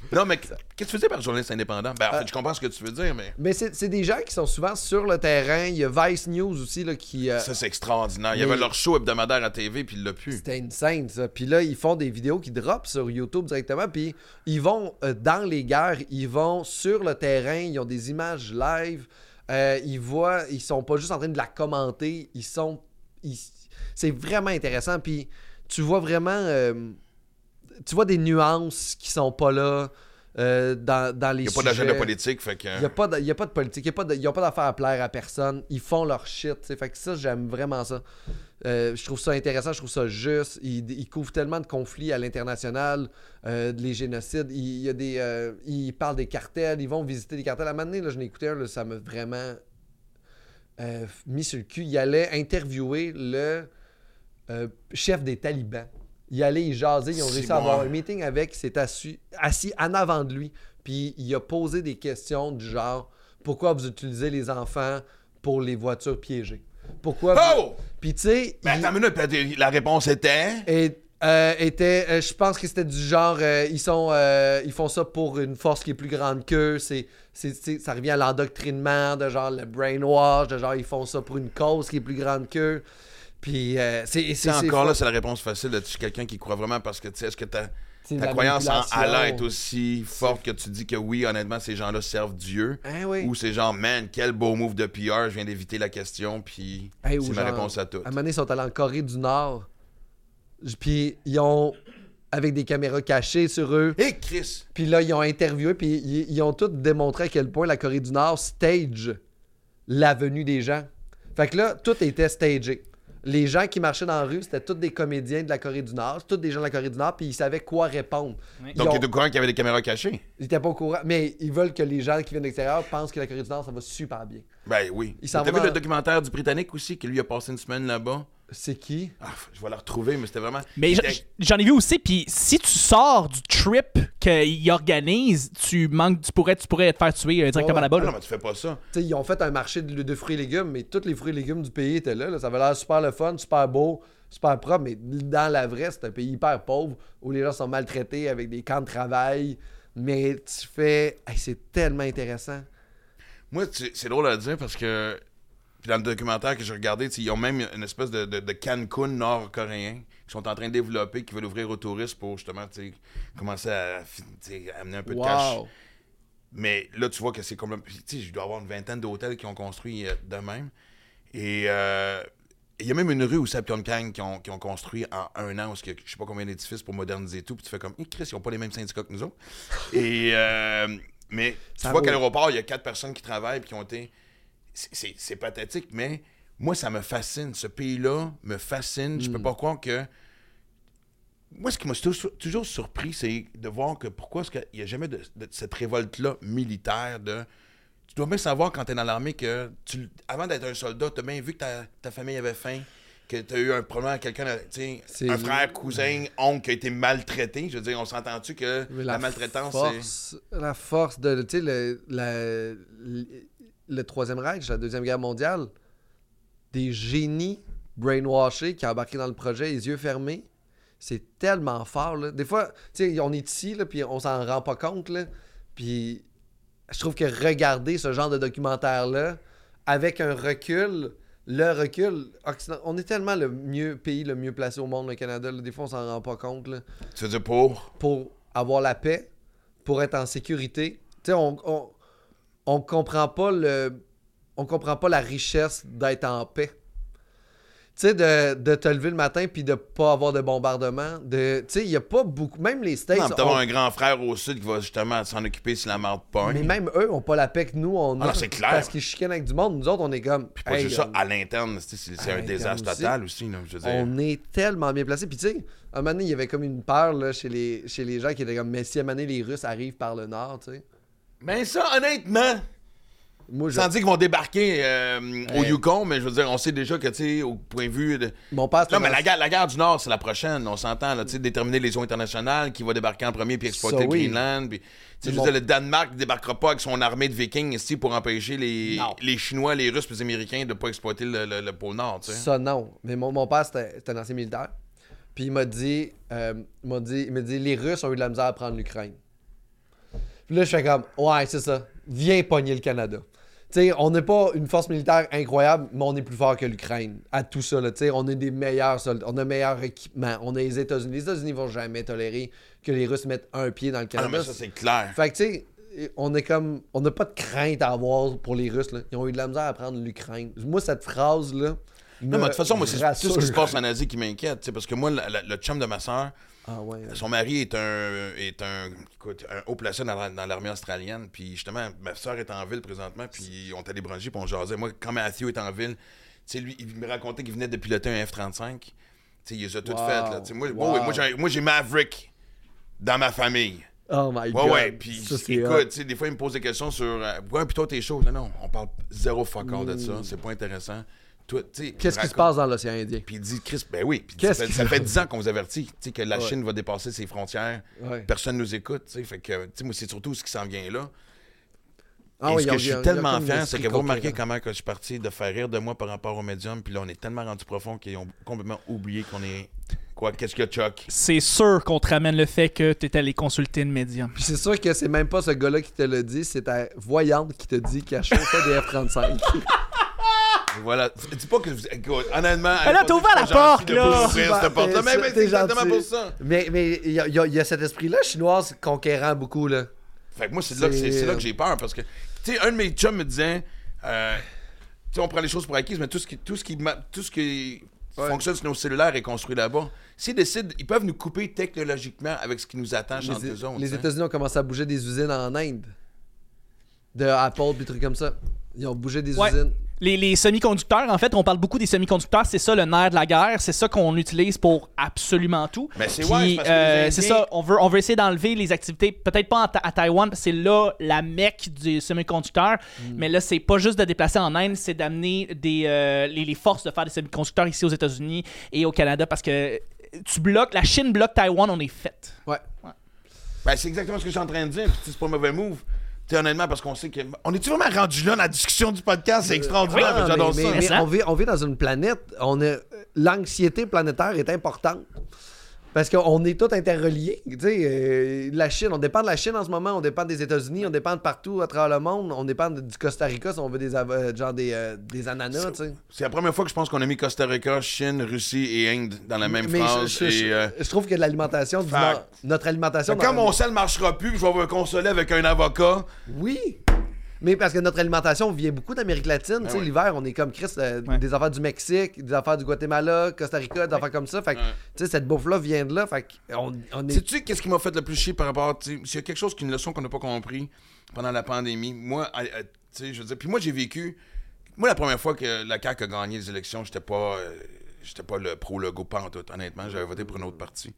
Non, mais qu'est-ce que tu veux dire par journaliste indépendant? Ben, en fait, Euh, je comprends ce que tu veux dire, mais... Mais c'est c'est des gens qui sont souvent sur le terrain. Il y a Vice News aussi là, qui. euh, Ça, c'est extraordinaire. Il y mais- avait leur show hebdomadaire à T V, puis il l'a pu. C'était insane, ça. Puis là, ils font des vidéos qui drop sur YouTube directement. Puis ils vont euh, dans les guerres, ils vont sur le terrain, ils ont des images live. Euh, ils voient, ils sont pas juste en train de la commenter. Ils sont. ils- C'est vraiment intéressant. Puis tu vois vraiment. euh, tu vois des nuances qui sont pas là euh, dans, dans les Il n'y a pas sujets. d'agenda politique, fait que... Il n'y a, pas de- y a pas de politique, il n'y a pas d'affaire à plaire à personne. Ils font leur shit. T'sais. Fait que ça, j'aime vraiment ça. Euh, je trouve ça intéressant, je trouve ça juste. Ils, ils couvrent tellement de conflits à l'international, euh, les génocides. Il, il y a des, euh, ils parlent des cartels, ils vont visiter des cartels. À un moment donné, là, je l'ai écouté un, là, ça m'a vraiment euh, mis sur le cul. Il allait interviewer le euh, chef des talibans. Il allait y jaser, ils ont C'est réussi à bon. avoir un meeting avec, il s'est assis, assis en avant de lui, puis il a posé des questions du genre pourquoi vous utilisez les enfants pour les voitures piégées? Pourquoi vous... Oh! Puis tu sais, Ben, il- attends une minute, puis la réponse était... et, euh, était, euh, je pense que c'était du genre, euh, ils sont, euh, ils font ça pour une force qui est plus grande qu'eux. C'est, c'est, c'est- ça revient à l'endoctrinement, de genre le brainwash, de genre ils font ça pour une cause qui est plus grande qu'eux. Puis euh, c'est, c'est, C'est c'est encore fou. là, c'est la réponse facile de quelqu'un qui croit vraiment parce que, tu sais, est-ce que ta, C'est de ta la croyance en manipulation. Allah est aussi forte que tu dis que oui, honnêtement, ces gens-là servent Dieu? Hein, oui. Ou c'est genre, man, quel beau move de P R, je viens d'éviter la question, puis Hey, ou c'est ma genre, réponse à tout. À un moment donné, ils sont allés en Corée du Nord. J- Puis ils ont, avec des caméras cachées sur eux. Hé, Chris! Puis là, ils ont interviewé, puis ils, ils ont tous démontré à quel point la Corée du Nord stage la venue des gens. Fait que là, tout était stagé. Les gens qui marchaient dans la rue, c'était tous des comédiens de la Corée du Nord, tous des gens de la Corée du Nord, puis ils savaient quoi répondre. Oui. Ils Donc, ont- il est au courant qu'il y avait des caméras cachées? Ils étaient pas au courant, mais ils veulent que les gens qui viennent de l'extérieur pensent que la Corée du Nord, ça va super bien. Ben oui. Il s'en T'as va vu le dans- documentaire du Britannique aussi, qui lui a passé une semaine là-bas? C'est qui? Ah, je vais la retrouver, mais c'était vraiment... Mais il j- était- j'en ai vu aussi, puis si tu sors du trip qu'il organise, tu manques, tu pourrais, tu pourrais te faire tuer euh, directement Ouais. là-bas. Ah là. non, mais tu fais pas ça. Tu sais, ils ont fait un marché de, de fruits et légumes, mais tous les fruits et légumes du pays étaient là, là. Ça avait l'air super le fun, super beau, super propre, mais dans la vraie, c'est un pays hyper pauvre où les gens sont maltraités avec des camps de travail. Mais tu fais. Hey, c'est tellement intéressant. Moi, tu- c'est drôle à dire parce que puis dans le documentaire que j'ai regardé, tu sais, ils ont même une espèce de, de, de Cancun nord-coréen qui sont en train de développer, qui veulent ouvrir aux touristes pour justement tu sais, commencer à, tu sais, à amener un peu de cash. Wow! Mais là, tu vois que c'est complètement. Tu sais, je dois avoir une vingtaine d'hôtels qui ont construit euh, de même. Et euh, il y a même une rue où c'est à Pyeongchang qui ont, qui ont construit en un an, où il y a je sais pas combien d'édifices pour moderniser tout. Puis tu fais comme, hé, Chris, ils n'ont pas les mêmes syndicats que nous autres. Et, euh, mais tu Ça vois roule. qu'à l'aéroport, il y a quatre personnes qui travaillent puis qui ont été. C'est, c'est, c'est pathétique, mais moi, ça me fascine. Ce pays-là me fascine. Je peux pas croire que. Moi, ce qui m'a toujours, toujours surpris, c'est de voir que pourquoi est-ce qu'il n'y a jamais de, de cette révolte-là militaire de. Tu dois bien savoir quand tu es dans l'armée que tu, avant d'être un soldat, tu as bien vu que ta, ta famille avait faim, que tu as eu un problème avec quelqu'un, tu sais, C'est- un frère, cousin, oncle qui a été maltraité. Je veux dire, on s'entend-tu que Mais la, maltraitance, c'est. force, La force de. Tu sais, le, la- le, le Troisième Reich, la Deuxième Guerre mondiale, des génies brainwashés qui embarqués dans le projet, les yeux fermés. C'est tellement fort, là. Des fois, tu sais, on est ici, là, puis on s'en rend pas compte, là. Puis je trouve que regarder ce genre de documentaire-là, avec un recul, le recul, Occident- on est tellement le mieux pays le mieux placé au monde, le Canada, là. Des fois, on s'en rend pas compte, là. Tu veux dire pour. Pour avoir la paix, pour être en sécurité. Tu sais, on, on, on comprend pas le... On comprend pas la richesse d'être en paix. Tu sais, de, de te lever le matin puis de pas avoir de bombardement. De, tu sais, il y a pas beaucoup... Même les States... Non, mais ont- t'as un grand frère au sud qui va justement s'en occuper si la marde pogne. mais même eux ont pas la paix que nous, on a. Ah non, c'est clair. Parce qu'ils chicanent avec du monde. Nous autres, on est comme... Puis pas hey, juste ça, on- à l'interne, c'est, c'est, c'est à un l'interne désastre aussi. total aussi. Là, je veux dire. On est tellement bien placés. Puis tu sais, à un moment donné, il y avait comme une peur là, chez, les, chez les gens qui étaient comme... Mais si à un moment donné, les Russes arrivent par le nord, tu sais... Ben ça, honnêtement, Moi, je... sans dire qu'ils vont débarquer euh, au Hey. Yukon, mais je veux dire, on sait déjà que, tu sais, au point de vue de... Mon père, c'était Non, mais dans- la guerre, la guerre du Nord, c'est la prochaine, on s'entend, là, tu sais, déterminer les eaux internationales, qui va débarquer en premier puis exploiter Ça, le oui. Greenland, puis... Tu sais, je veux Mon- dire, le Danemark ne débarquera pas avec son armée de vikings ici pour empêcher les, Non. les Chinois, les Russes et les Américains de ne pas exploiter le, le- le pôle Nord, tu sais. Ça, non. Mais mon, mon père, c'était c'était un ancien militaire. Puis il m'a dit, euh, il m'a dit, il m'a dit, les Russes ont eu de la misère à prendre l'Ukraine. Puis là, je fais comme, ouais, c'est ça. Viens pogner le Canada. Tu sais, on n'est pas une force militaire incroyable, mais on est plus fort que l'Ukraine. À tout ça, là. Tu sais, on est des meilleurs soldats. On a meilleur équipement. On a les États-Unis. Les États-Unis vont jamais tolérer que les Russes mettent un pied dans le Ah Canada. non, mais ça, c'est clair. Fait que, tu sais, on est comme. On n'a pas de crainte à avoir pour les Russes, là. Ils ont eu de la misère à prendre l'Ukraine. Moi, cette phrase-là. Non, mais de toute façon, moi, c'est rassure. tout ce qui se passe en Asie qui m'inquiète. tu sais, Parce que moi, la- la- le chum de ma soeur, Ah ouais. son mari est un, est un, écoute, un haut placé dans, la- dans l'armée australienne. Puis justement, ma soeur est en ville présentement. Puis on était allé bruncher, puis on jasait. Moi, quand Matthew est en ville, tu sais, lui, il me racontait qu'il venait de piloter un F trente-cinq. Tu sais, il les a toutes Wow. faites. Là. Tu sais, Moi, Wow. ouais, moi, j'ai, moi, j'ai Maverick dans ma famille. Oh my Ouais, god. ouais. Puis Ça, c'est hot. écoute, tu sais, des fois, il me pose des questions sur. Euh, ouais, puis toi, t'es chaud. Non, non, on parle zéro fuck all de ça. C'est pas intéressant. Toi, tu sais, Mm. Qu'est-ce il qui se raconte- passe dans l'océan Indien? Puis il dit, Chris, ben oui. Puis Qu'est-ce ça fait, qui- ça fait dix ans qu'on vous avertit tu sais, que la Ouais. Chine va dépasser ses frontières. Ouais. Personne nous écoute. tu sais, Fait que, tu sais, moi, c'est surtout ce qui s'en vient là. Ah Et ouais, ce ils ont- que je ils ont- suis ils ont tellement comme fier, l'esprit c'est que vous remarquez conquérant. comment que je suis parti de faire rire de moi par rapport au médium. Puis là, on est tellement rendu profond qu'ils ont complètement oublié qu'on est. Quoi, qu'est-ce que Chuck? C'est sûr qu'on te ramène le fait que tu es allé consulter une médium. Puis c'est sûr que c'est même pas ce gars-là qui te l'a dit, c'est ta voyante qui te dit qu'elle chauffait des F trente-cinq. Voilà. Dis pas que vous. Écoute, honnêtement. Mais là, t'as ouvert la porte, là. Ouvrir cette porte-là. Mais, mais c'est T'es exactement gentil. pour ça. Mais mais il y, a- il y a- il y a cet esprit-là chinois conquérant beaucoup, là. Fait que moi, c'est là, que c'est- C'est- c'est là que j'ai peur parce que, tu sais, un de mes chums me disait, euh, tu sais, on prend les choses pour acquises, mais tout ce qui, tout ce qui, ma- tout ce qui Ouais. fonctionne sur nos cellulaires est construit là-bas. S'ils décident, ils peuvent nous couper technologiquement avec ce qui nous attend entre Les, eux autres. les tu sais. États-Unis ont commencé à bouger des usines en Inde. De Apple, puis des trucs comme ça. Ils ont bougé des Ouais. usines. Les, les semi-conducteurs, en fait, on parle beaucoup des semi-conducteurs, c'est ça le nerf de la guerre, c'est ça qu'on utilise pour absolument tout. Mais c'est Puis, ouais, c'est parce que euh, les c'est Indiens- ça, on veut, on veut essayer d'enlever les activités, peut-être pas en Ta- à Taïwan, parce que c'est là la mecque du semi-conducteur, Mm. mais là, c'est pas juste de déplacer en Inde, c'est d'amener des, euh, les, les forces de faire des semi-conducteurs ici aux États-Unis et au Canada, parce que tu bloques, la Chine bloque Taïwan, on est fait. Ouais. Ben, c'est exactement ce que je suis en train de dire. Puis c'est pas un mauvais move. Tu sais, honnêtement, parce qu'on sait que. On est-tu vraiment rendu là dans la discussion du podcast? C'est extraordinaire, Ah, mais j'adore mais- ça. mais- mais ça. on, vit, on vit dans une planète. On a, l'anxiété planétaire est importante. Parce qu'on est tous interreliés. Tu sais, euh, la Chine, on dépend de la Chine en ce moment, on dépend des États-Unis, on dépend de partout à travers le monde, on dépend de- du Costa Rica si on veut des, av- euh, genre des, euh, des ananas, tu sais. C'est la première fois que je pense qu'on a mis Costa Rica, Chine, Russie et Inde dans la même Mais phrase. je, je- et, je- euh, je trouve que l'alimentation du Fait- Nord- notre alimentation. Quand dans- mon sel marchera plus, je vais me consoler avec un avocat. Oui. Mais parce que notre alimentation vient beaucoup d'Amérique latine. tu sais, oui. l'hiver, on est comme Chris, euh, Ouais. des affaires du Mexique, des affaires du Guatemala, Costa Rica, des affaires comme ça. Fait que, Ouais. tu sais, cette bouffe-là vient de là. Fait qu'on on est. Sais-tu qu'est-ce qui m'a fait le plus chier par rapport, tu sais, s'il y a quelque chose, qu'une leçon qu'on n'a pas compris pendant la pandémie, moi, euh, euh, tu sais, je veux dire, puis moi j'ai vécu, moi la première fois que la C A Q a gagné les élections, j'étais pas, euh, j'étais pas le pro-Legault pantoute, honnêtement, j'avais voté pour une autre partie.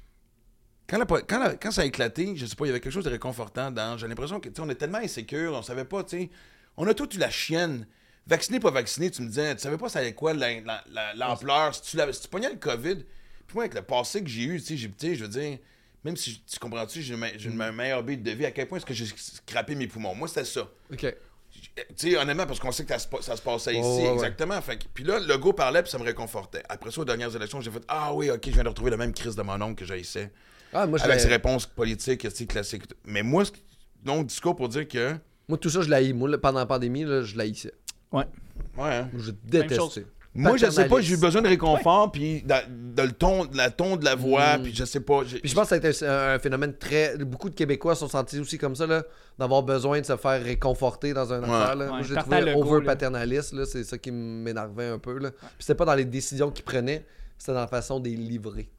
Quand, la- quand, la- quand ça a éclaté, je sais pas, il y avait quelque chose de réconfortant dans, j'ai l'impression que, tu sais, on est tellement insécure, on savait pas, tu sais, on a tout eu la chienne. Vacciné, pas vacciné, tu me disais, tu savais pas ça allait quoi la- la- la- l'ampleur, si tu, l'avais- si tu pognais le COVID. Puis moi, avec le passé que j'ai eu, tu sais, j'ai- tu sais, je veux dire, même si tu comprends-tu, j'ai une me- j'ai une meilleure bille de vie, à quel point est-ce que j'ai scrappé mes poumons? Moi, c'était ça. OK. Tu sais, honnêtement, parce qu'on sait que ça se, pa- ça se passait ici, ouais, ouais. exactement. Fait que- puis là, le go parlait, puis ça me réconfortait. Après ça, aux dernières élections, j'ai fait, ah oui, ok, je viens de retrouver le même crise de mon oncle que j'haïssais. Ah, moi, je Avec l'ai- ses réponses politiques, tu sais, classiques. Mais moi, ce- donc, discours pour dire que. moi, tout ça, je l'haïs. Moi, là, pendant la pandémie, là, je l'haïssais. Ouais. Ouais, hein. Moi, je chose. détestais. Moi, je sais pas, Paternaliste. j'ai eu besoin de réconfort, puis de, de le ton, de la ton de la voix, Mm. puis je sais pas. j'ai- Puis je pense que ça a été un, un phénomène très. Beaucoup de Québécois sont sentis aussi comme ça, là, d'avoir besoin de se faire réconforter dans un Ouais. affaire. Là. Ouais, Moi, je l'ai Tartin trouvé Legault, over là. paternaliste, là, c'est ça qui m'énervait un peu. Là. Puis c'était pas dans les décisions qu'ils prenaient, c'était dans la façon de les livrer.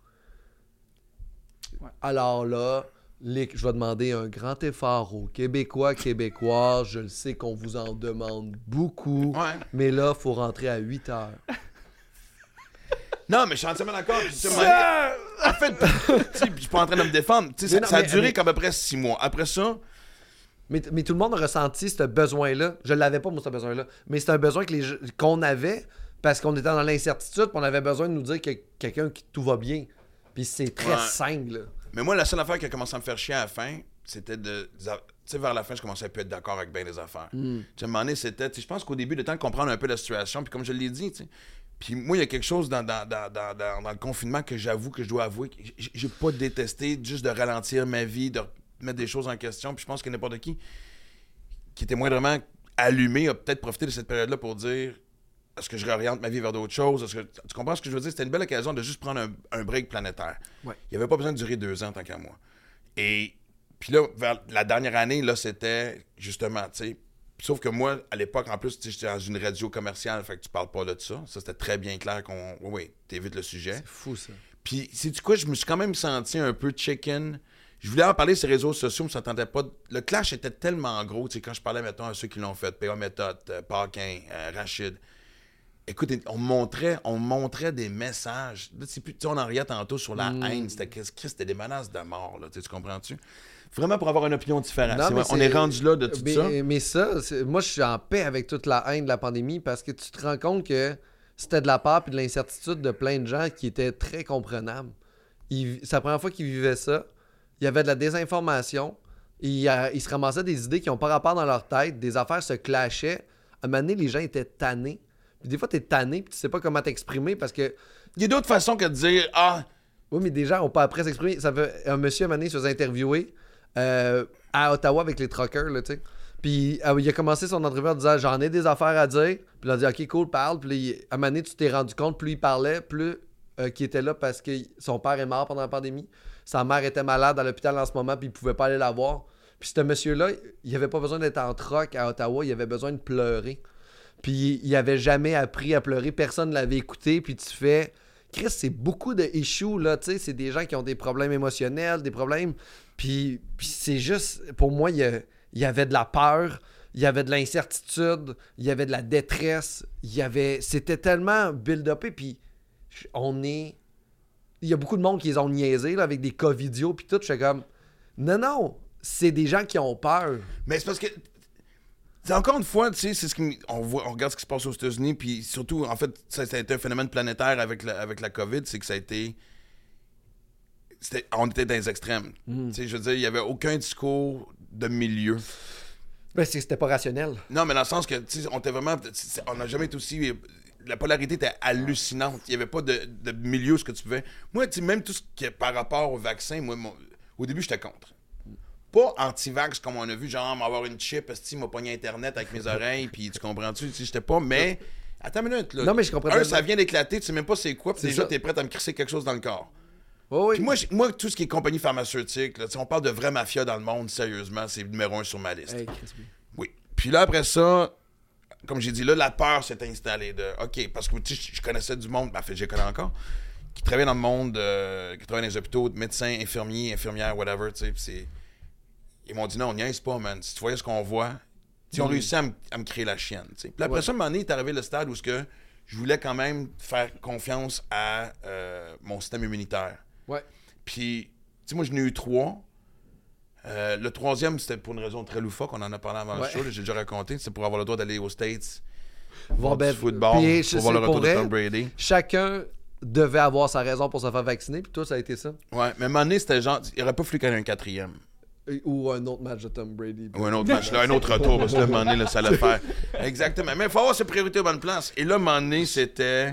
Ouais. Alors là, les- je vais demander un grand effort aux Québécois, Québécois. Je le sais qu'on vous en demande beaucoup, Ouais. mais là, il faut rentrer à huit heures. Non, mais je suis entièrement d'accord. puis, tu sais, moi, en fait, tu sais, puis je suis pas en train de me défendre. Tu sais, Mais ça, non, ça a mais- duré mais- qu'à peu près six mois. Après ça, Mais, mais tout le monde a ressenti ce besoin-là. Je l'avais pas, moi, ce besoin-là. Mais c'est un besoin que les, gens- qu'on avait parce qu'on était dans l'incertitude puis on avait besoin de nous dire que quelqu'un qui tout va bien. Puis c'est très Ouais. simple, là. mais moi, la seule affaire qui a commencé à me faire chier à la fin, c'était de. Tu sais, vers la fin, je commençais à plus être d'accord avec bien des affaires. Mm. Tu sais, à un moment donné, c'était. Tu sais, je pense qu'au début, le temps de comprendre un peu la situation, puis comme je l'ai dit, tu sais. Puis moi, il y a quelque chose dans, dans, dans, dans, dans- dans le confinement que j'avoue, que je dois avouer, que j'ai- j'ai pas détesté juste de ralentir ma vie, de mettre des choses en question. Puis je pense que n'importe qui qui était moindrement allumé a peut-être profité de cette période-là pour dire est-ce que je réoriente ma vie vers d'autres choses? Est-ce que, tu comprends ce que je veux dire? C'était une belle occasion de juste prendre un, un break planétaire. Ouais. Il n'y avait pas besoin de durer deux ans tant qu'à moi. Et puis là, vers la dernière année, là, c'était justement, tu sais, sauf que moi, à l'époque, en plus, j'étais dans une radio commerciale, fait que tu parles pas là de ça. Ça, c'était très bien clair qu'on, oui, oui, t'évites le sujet. C'est fou, ça. Puis, sais-tu quoi, je me suis quand même senti un peu chicken. Je voulais en parler sur les réseaux sociaux, mais ça ne s'entendait pas. Le clash était tellement gros, tu sais, quand je parlais, mettons, à ceux qui l'ont fait, P A Méthode, euh, Paquin, euh, Rachid. Écoute, on montrait, on montrait des messages. Là, c'est plus, tu sais, on en riait tantôt sur la mm. haine. C'était, c'était des menaces de mort, là, tu comprends-tu? Vraiment pour avoir une opinion différente. Non, c'est vrai, c'est... On est rendu là de tout mais, ça. Mais ça, moi, je suis en paix avec toute la haine de la pandémie parce que tu te rends compte que c'était de la peur et de l'incertitude de plein de gens qui étaient très comprenables. Ils, c'est la première fois qu'ils vivaient ça. Il y avait de la désinformation. Ils, euh, ils se ramassaient des idées qui n'ont pas rapport dans leur tête. Des affaires se clashaient. À un moment donné, les gens étaient tannés. Puis des fois, t'es tanné puis tu sais pas comment t'exprimer parce que... Il y a d'autres façons que de dire « Ah... » Oui, mais des gens n'ont pas appris à s'exprimer. Ça fait... Un monsieur, à un moment donné, se faisait interviewer euh, à Ottawa avec les truckers, là, tu sais. Puis euh, il a commencé son entrevue en disant « J'en ai des affaires à dire. » Puis il a dit « Ok, cool, parle. » Puis là, à un moment donné, tu t'es rendu compte, plus il parlait, plus euh, qu'il était là parce que son père est mort pendant la pandémie. Sa mère était malade à l'hôpital en ce moment, puis il pouvait pas aller la voir. Puis ce monsieur-là, il avait pas besoin d'être en troc à Ottawa, il avait besoin de pleurer. Puis il avait jamais appris à pleurer, personne ne l'avait écouté, puis tu fais... Chris, c'est beaucoup de issues, là, tu sais, c'est des gens qui ont des problèmes émotionnels, des problèmes... Puis, puis c'est juste... Pour moi, il y, a, il y avait de la peur, il y avait de l'incertitude, il y avait de la détresse, il y avait... C'était tellement build-upé, puis on est... Il y a beaucoup de monde qui les ont niaisés là, avec des covidios puis tout. Je fais comme, non, non, c'est des gens qui ont peur. Mais c'est parce que, c'est encore une fois, tu sais, c'est ce qui, on voit, on regarde ce qui se passe aux États-Unis, puis surtout, en fait, ça, ça a été un phénomène planétaire avec la, avec la COVID, c'est que ça a été, c'était, on était dans les extrêmes. Mm. Tu sais, je veux dire, il y avait aucun discours de milieu. Ben, c'est, c'était pas rationnel. Non, mais dans le sens que, tu sais, on était vraiment, on n'a jamais été aussi... La polarité était hallucinante. Il n'y avait pas de, de milieu ce que tu pouvais. Moi, tu sais, même tout ce qui est par rapport au vaccin, moi, mon... au début, j'étais contre. Pas anti-vax comme on a vu, genre m'avoir une chip, parce qu'il m'a pogné Internet avec mes oreilles, puis tu comprends-tu? Tu sais, j'étais pas, mais. Attends une minute, là. Non, mais je comprends. Un, ça vient d'éclater, tu sais même pas c'est quoi, puis déjà, t'es prêt à me crisser quelque chose dans le corps. Oh, oui. Puis moi, moi, tout ce qui est compagnie pharmaceutique, là, on parle de vrais mafias dans le monde, sérieusement, c'est numéro un sur ma liste. Hey, oui. Puis là, après ça. Comme j'ai dit, là, la peur s'est installée de OK, parce que tu sais, je connaissais du monde, ben, en fait, je les connais encore, qui travaillent dans le monde, euh, qui travaillent dans les hôpitaux, médecins, infirmiers, infirmières, whatever, tu sais, puis c'est. Ils m'ont dit non, on niaise pas, man. Si tu voyais ce qu'on voit, ils ont mm. réussi à, m- à me créer la chienne, tu sais. Puis après ouais. ça, à un moment donné, est arrivé le stade où ce que je voulais quand même faire confiance à euh, mon système immunitaire. Ouais. Puis, tu sais, moi, j'en ai eu trois. Euh, le troisième, c'était pour une raison très loufoque. On en a parlé avant ouais. le show, là, j'ai déjà raconté. C'est pour avoir le droit d'aller aux States, voir ben, du football, puis, pour voir le retour de Tom Brady. Chacun devait avoir sa raison pour se faire vacciner, puis toi, ça a été ça. Ouais, mais à un moment donné, c'était genre, il aurait pas fallu qu'il y ait un quatrième. Ou un autre match de Tom Brady. Ou un autre match, là, un autre retour, parce que là, à un moment donné, là, ça allait faire. Exactement. Mais il faut avoir ses priorités aux bonnes places. Et là, à un moment donné, c'était...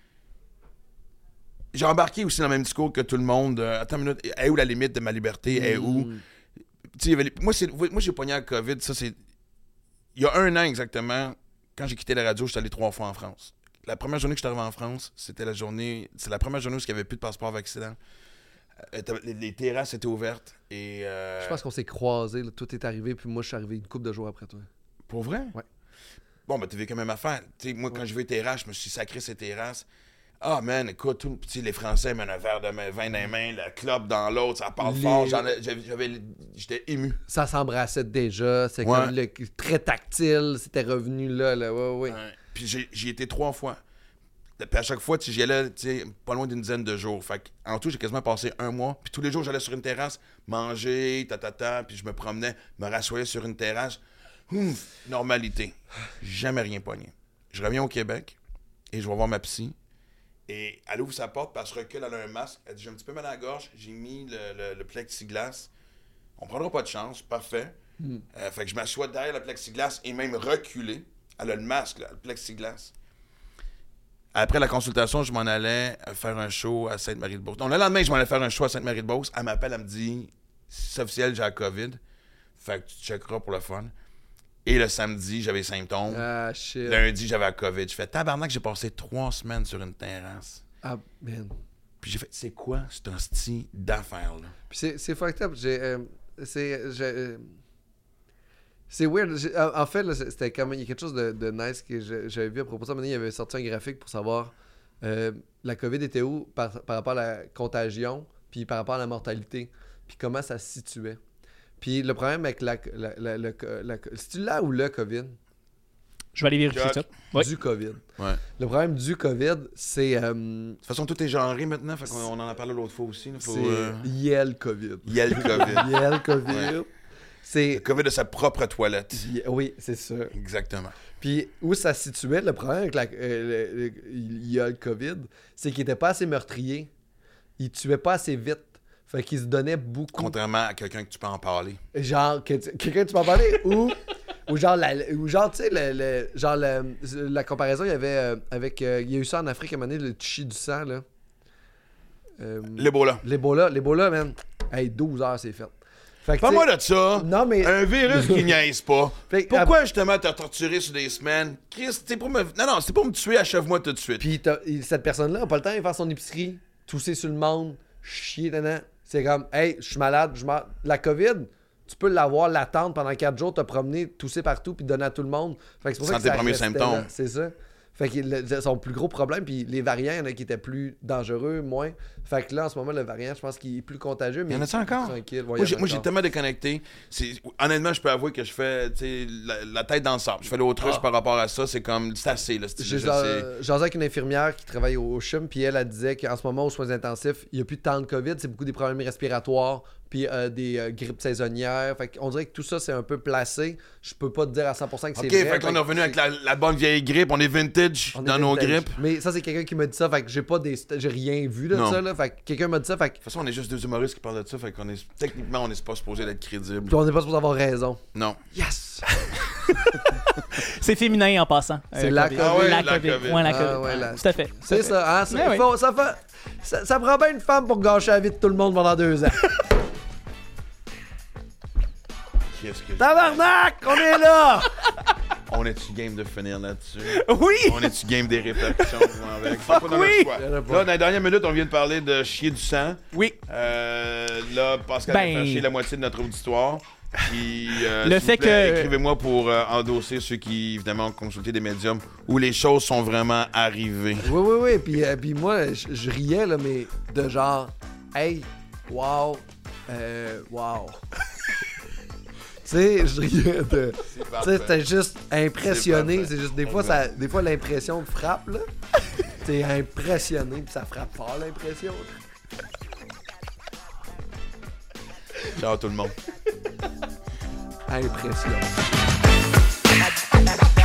J'ai embarqué aussi dans le même discours que tout le monde. Euh, attends une minute, est où la limite de ma liberté? Est mm. où... Tu sais, les... moi, c'est... moi, j'ai pogné la COVID, ça, c'est... Il y a un an exactement, quand j'ai quitté la radio, j'étais allé trois fois en France. La première journée que je suis arrivé en France, c'était la journée... C'est la première journée où il n'y avait plus de passeport vaccinal. Euh, les, les terrasses étaient ouvertes et... Euh... Je pense qu'on s'est croisés, là. Tout est arrivé, puis moi, je suis arrivé une couple de jours après toi. Pour vrai? Ouais. Bon, ben, t'as vu quand même affaire. Tu sais, moi, ouais. quand je vais aux terrasses, je me suis sacré ces terrasses. Ah, man, écoute, tout, les Français mènent un verre de vin dans les mains, le club dans l'autre, ça parle les... fort. J'en ai, j'avais, j'avais, j'étais ému. Ça s'embrassait déjà, c'est ouais. comme le, très tactile, c'était revenu là, là, ouais, ouais. ouais. Puis j'ai, j'y étais trois fois. Puis à chaque fois, j'y allais, pas loin d'une dizaine de jours. Fait en tout, j'ai quasiment passé un mois. Puis tous les jours, j'allais sur une terrasse, manger, ta, ta, ta, puis je me promenais, me rassoyais sur une terrasse. Ouf, normalité. Jamais rien pogné. Je reviens au Québec et je vais voir ma psy. Et elle ouvre sa porte, puis elle se recule, elle a un masque. Elle dit, j'ai un petit peu mal à la gorge, j'ai mis le, le, le plexiglas. On prendra pas de chance, parfait. Mm. Euh, fait que je m'assois derrière le plexiglas et même reculé. Elle a le masque, là, le plexiglas. Après la consultation, je m'en allais faire un show à Sainte-Marie-de-Beauce. Donc le lendemain, je m'en allais faire un show à Sainte-Marie-de-Beauce. Elle m'appelle, elle me dit, c'est officiel, j'ai la COVID. Fait que tu te checkeras pour le fun. Et le samedi, j'avais les symptômes. Ah, shit. Lundi, j'avais la COVID. Je fais tabarnak, j'ai passé trois semaines sur une terrasse. Ah, man. Puis j'ai fait, c'est quoi ce style d'affaires-là? Puis c'est, c'est fucked up. J'ai, euh, c'est, j'ai, euh, c'est weird. J'ai- en, en fait, là, c'était comme, il y a quelque chose de, de nice que je- j'avais vu à propos de ça. À un moment donné, il avait sorti un graphique pour savoir euh, la COVID était où par, par rapport à la contagion, puis par rapport à la mortalité, puis comment ça se situait. Puis le problème avec la... la, la, la, la- c'est-tu là ou le COVID? Je vais aller vérifier Jack. ça. Ouais. Du COVID. Ouais. Le problème du COVID, c'est... euh, De toute façon, tout est genré maintenant. Fait qu'on on en a parlé l'autre fois aussi. Là. Faut, c'est euh, Y A L COVID. Il y a le COVID. Y A L COVID. Le C'est... COVID de sa propre toilette. Y- Oui, c'est ça. Exactement. Puis où ça se situait, le problème avec la, euh, le- le- il y a le COVID, c'est qu'il était pas assez meurtrier. Il tuait pas assez vite. Fait qu'il se donnait beaucoup. Contrairement à quelqu'un que tu peux en parler. Genre, que tu- quelqu'un tu m'en parlais ou, ou genre, la, ou genre tu sais, le, le- genre le- la comparaison, il y avait euh, avec. euh, il y a eu ça en Afrique à un moment donné, le chi du sang, là. Euh, L'Ebola. L'Ebola, l'Ebola, man. Hey, douze heures, c'est fait. Fait que, Pas tu sais, moi de ça. Non, mais. Un virus qui niaise pas. Fait que- Pourquoi justement t'as torturé sur des semaines? Chris, c'est pour me. Non, non, c'est pour me tuer, achève-moi tout de suite. Puis t'as- il- cette personne-là n'a pas le temps de faire son épicerie, tousser sur le monde, chier dedans. C'est comme, hey, je suis malade, je meurs. La COVID, tu peux l'avoir, l'attendre pendant quatre jours, te promener, tousser partout, puis donner à tout le monde. Fait que c'est pour ça Sans que tes ça premiers restait symptômes. là. C'est ça. Fait que le- son plus gros problème, puis les variants, il y en a qui étaient plus dangereux, moins. Fait que là, en ce moment, le variant, je pense qu'il est plus contagieux. Mais Y en a-tu encore? Tranquille. Ouais, Moi, y en j'ai, a moi, j'ai encore. tellement déconnecté. C'est, honnêtement, je peux avouer que je fais tu sais, la, la tête dans le sable. Je fais l'autruche Ah. par rapport à ça. C'est comme, c'est assez. Là, c'est, J'ai je jasé sais. jasé avec une infirmière qui travaille au, au C H U M, puis elle, elle disait qu'en ce moment, aux soins intensifs, il n'y a plus tant de COVID, c'est beaucoup des problèmes respiratoires, puis euh, des euh, grippes saisonnières. Fait qu'on dirait que tout ça, c'est un peu placé. Je peux pas te dire à cent pour cent que c'est Ok, vrai. fait qu'on est revenu avec la, la bonne vieille grippe. On est vintage on est dans nos vintage. grippes. Mais ça, c'est quelqu'un qui m'a dit ça, fait que j'ai pas des... j'ai rien vu de Non. ça, là. Fait que quelqu'un m'a dit ça, fait que De toute façon, on est juste deux humoristes qui parlent de ça. Fait qu'on est, techniquement, on n'est pas supposé d'être crédible. puis on n'est pas supposé avoir raison. Non. Yes! C'est féminin en passant. C'est euh, la COVID. COVID. Ah ouais, la la COVID. COVID. Ouais, la Ah COVID. ouais, la- Tout à fait. C'est ça, hein? Ça, Mais il oui. faut- ça fait... Ça, ça prend bien une femme pour gâcher la vie de tout le monde pendant deux ans. Qu'est-ce que. Tabarnak! On est là! On est-tu game de finir là-dessus? Oui! On est-tu game des répercussions qui vont avec? Faut pas dans oui! notre choix. Il y en a pas. Là, dans les dernières minutes, on vient de parler de chier du sang. Oui. Euh, là, Pascal Ben- a fait chier la moitié de notre auditoire. Puis, euh, Le s'il vous fait plaît, que- écrivez-moi pour euh, endosser ceux qui, évidemment, ont consulté des médiums où les choses sont vraiment arrivées. Oui, oui, oui. Puis, euh, puis moi, je je riais, là, mais de genre, hey, wow, euh, wow. Tu sais, je riais de. Tu sais, c'était juste impressionné. parfait. C'est juste, des fois, ça, des fois l'impression frappe, là. T'es impressionné, puis ça frappe fort, l'impression. Ciao tout le monde. Impression.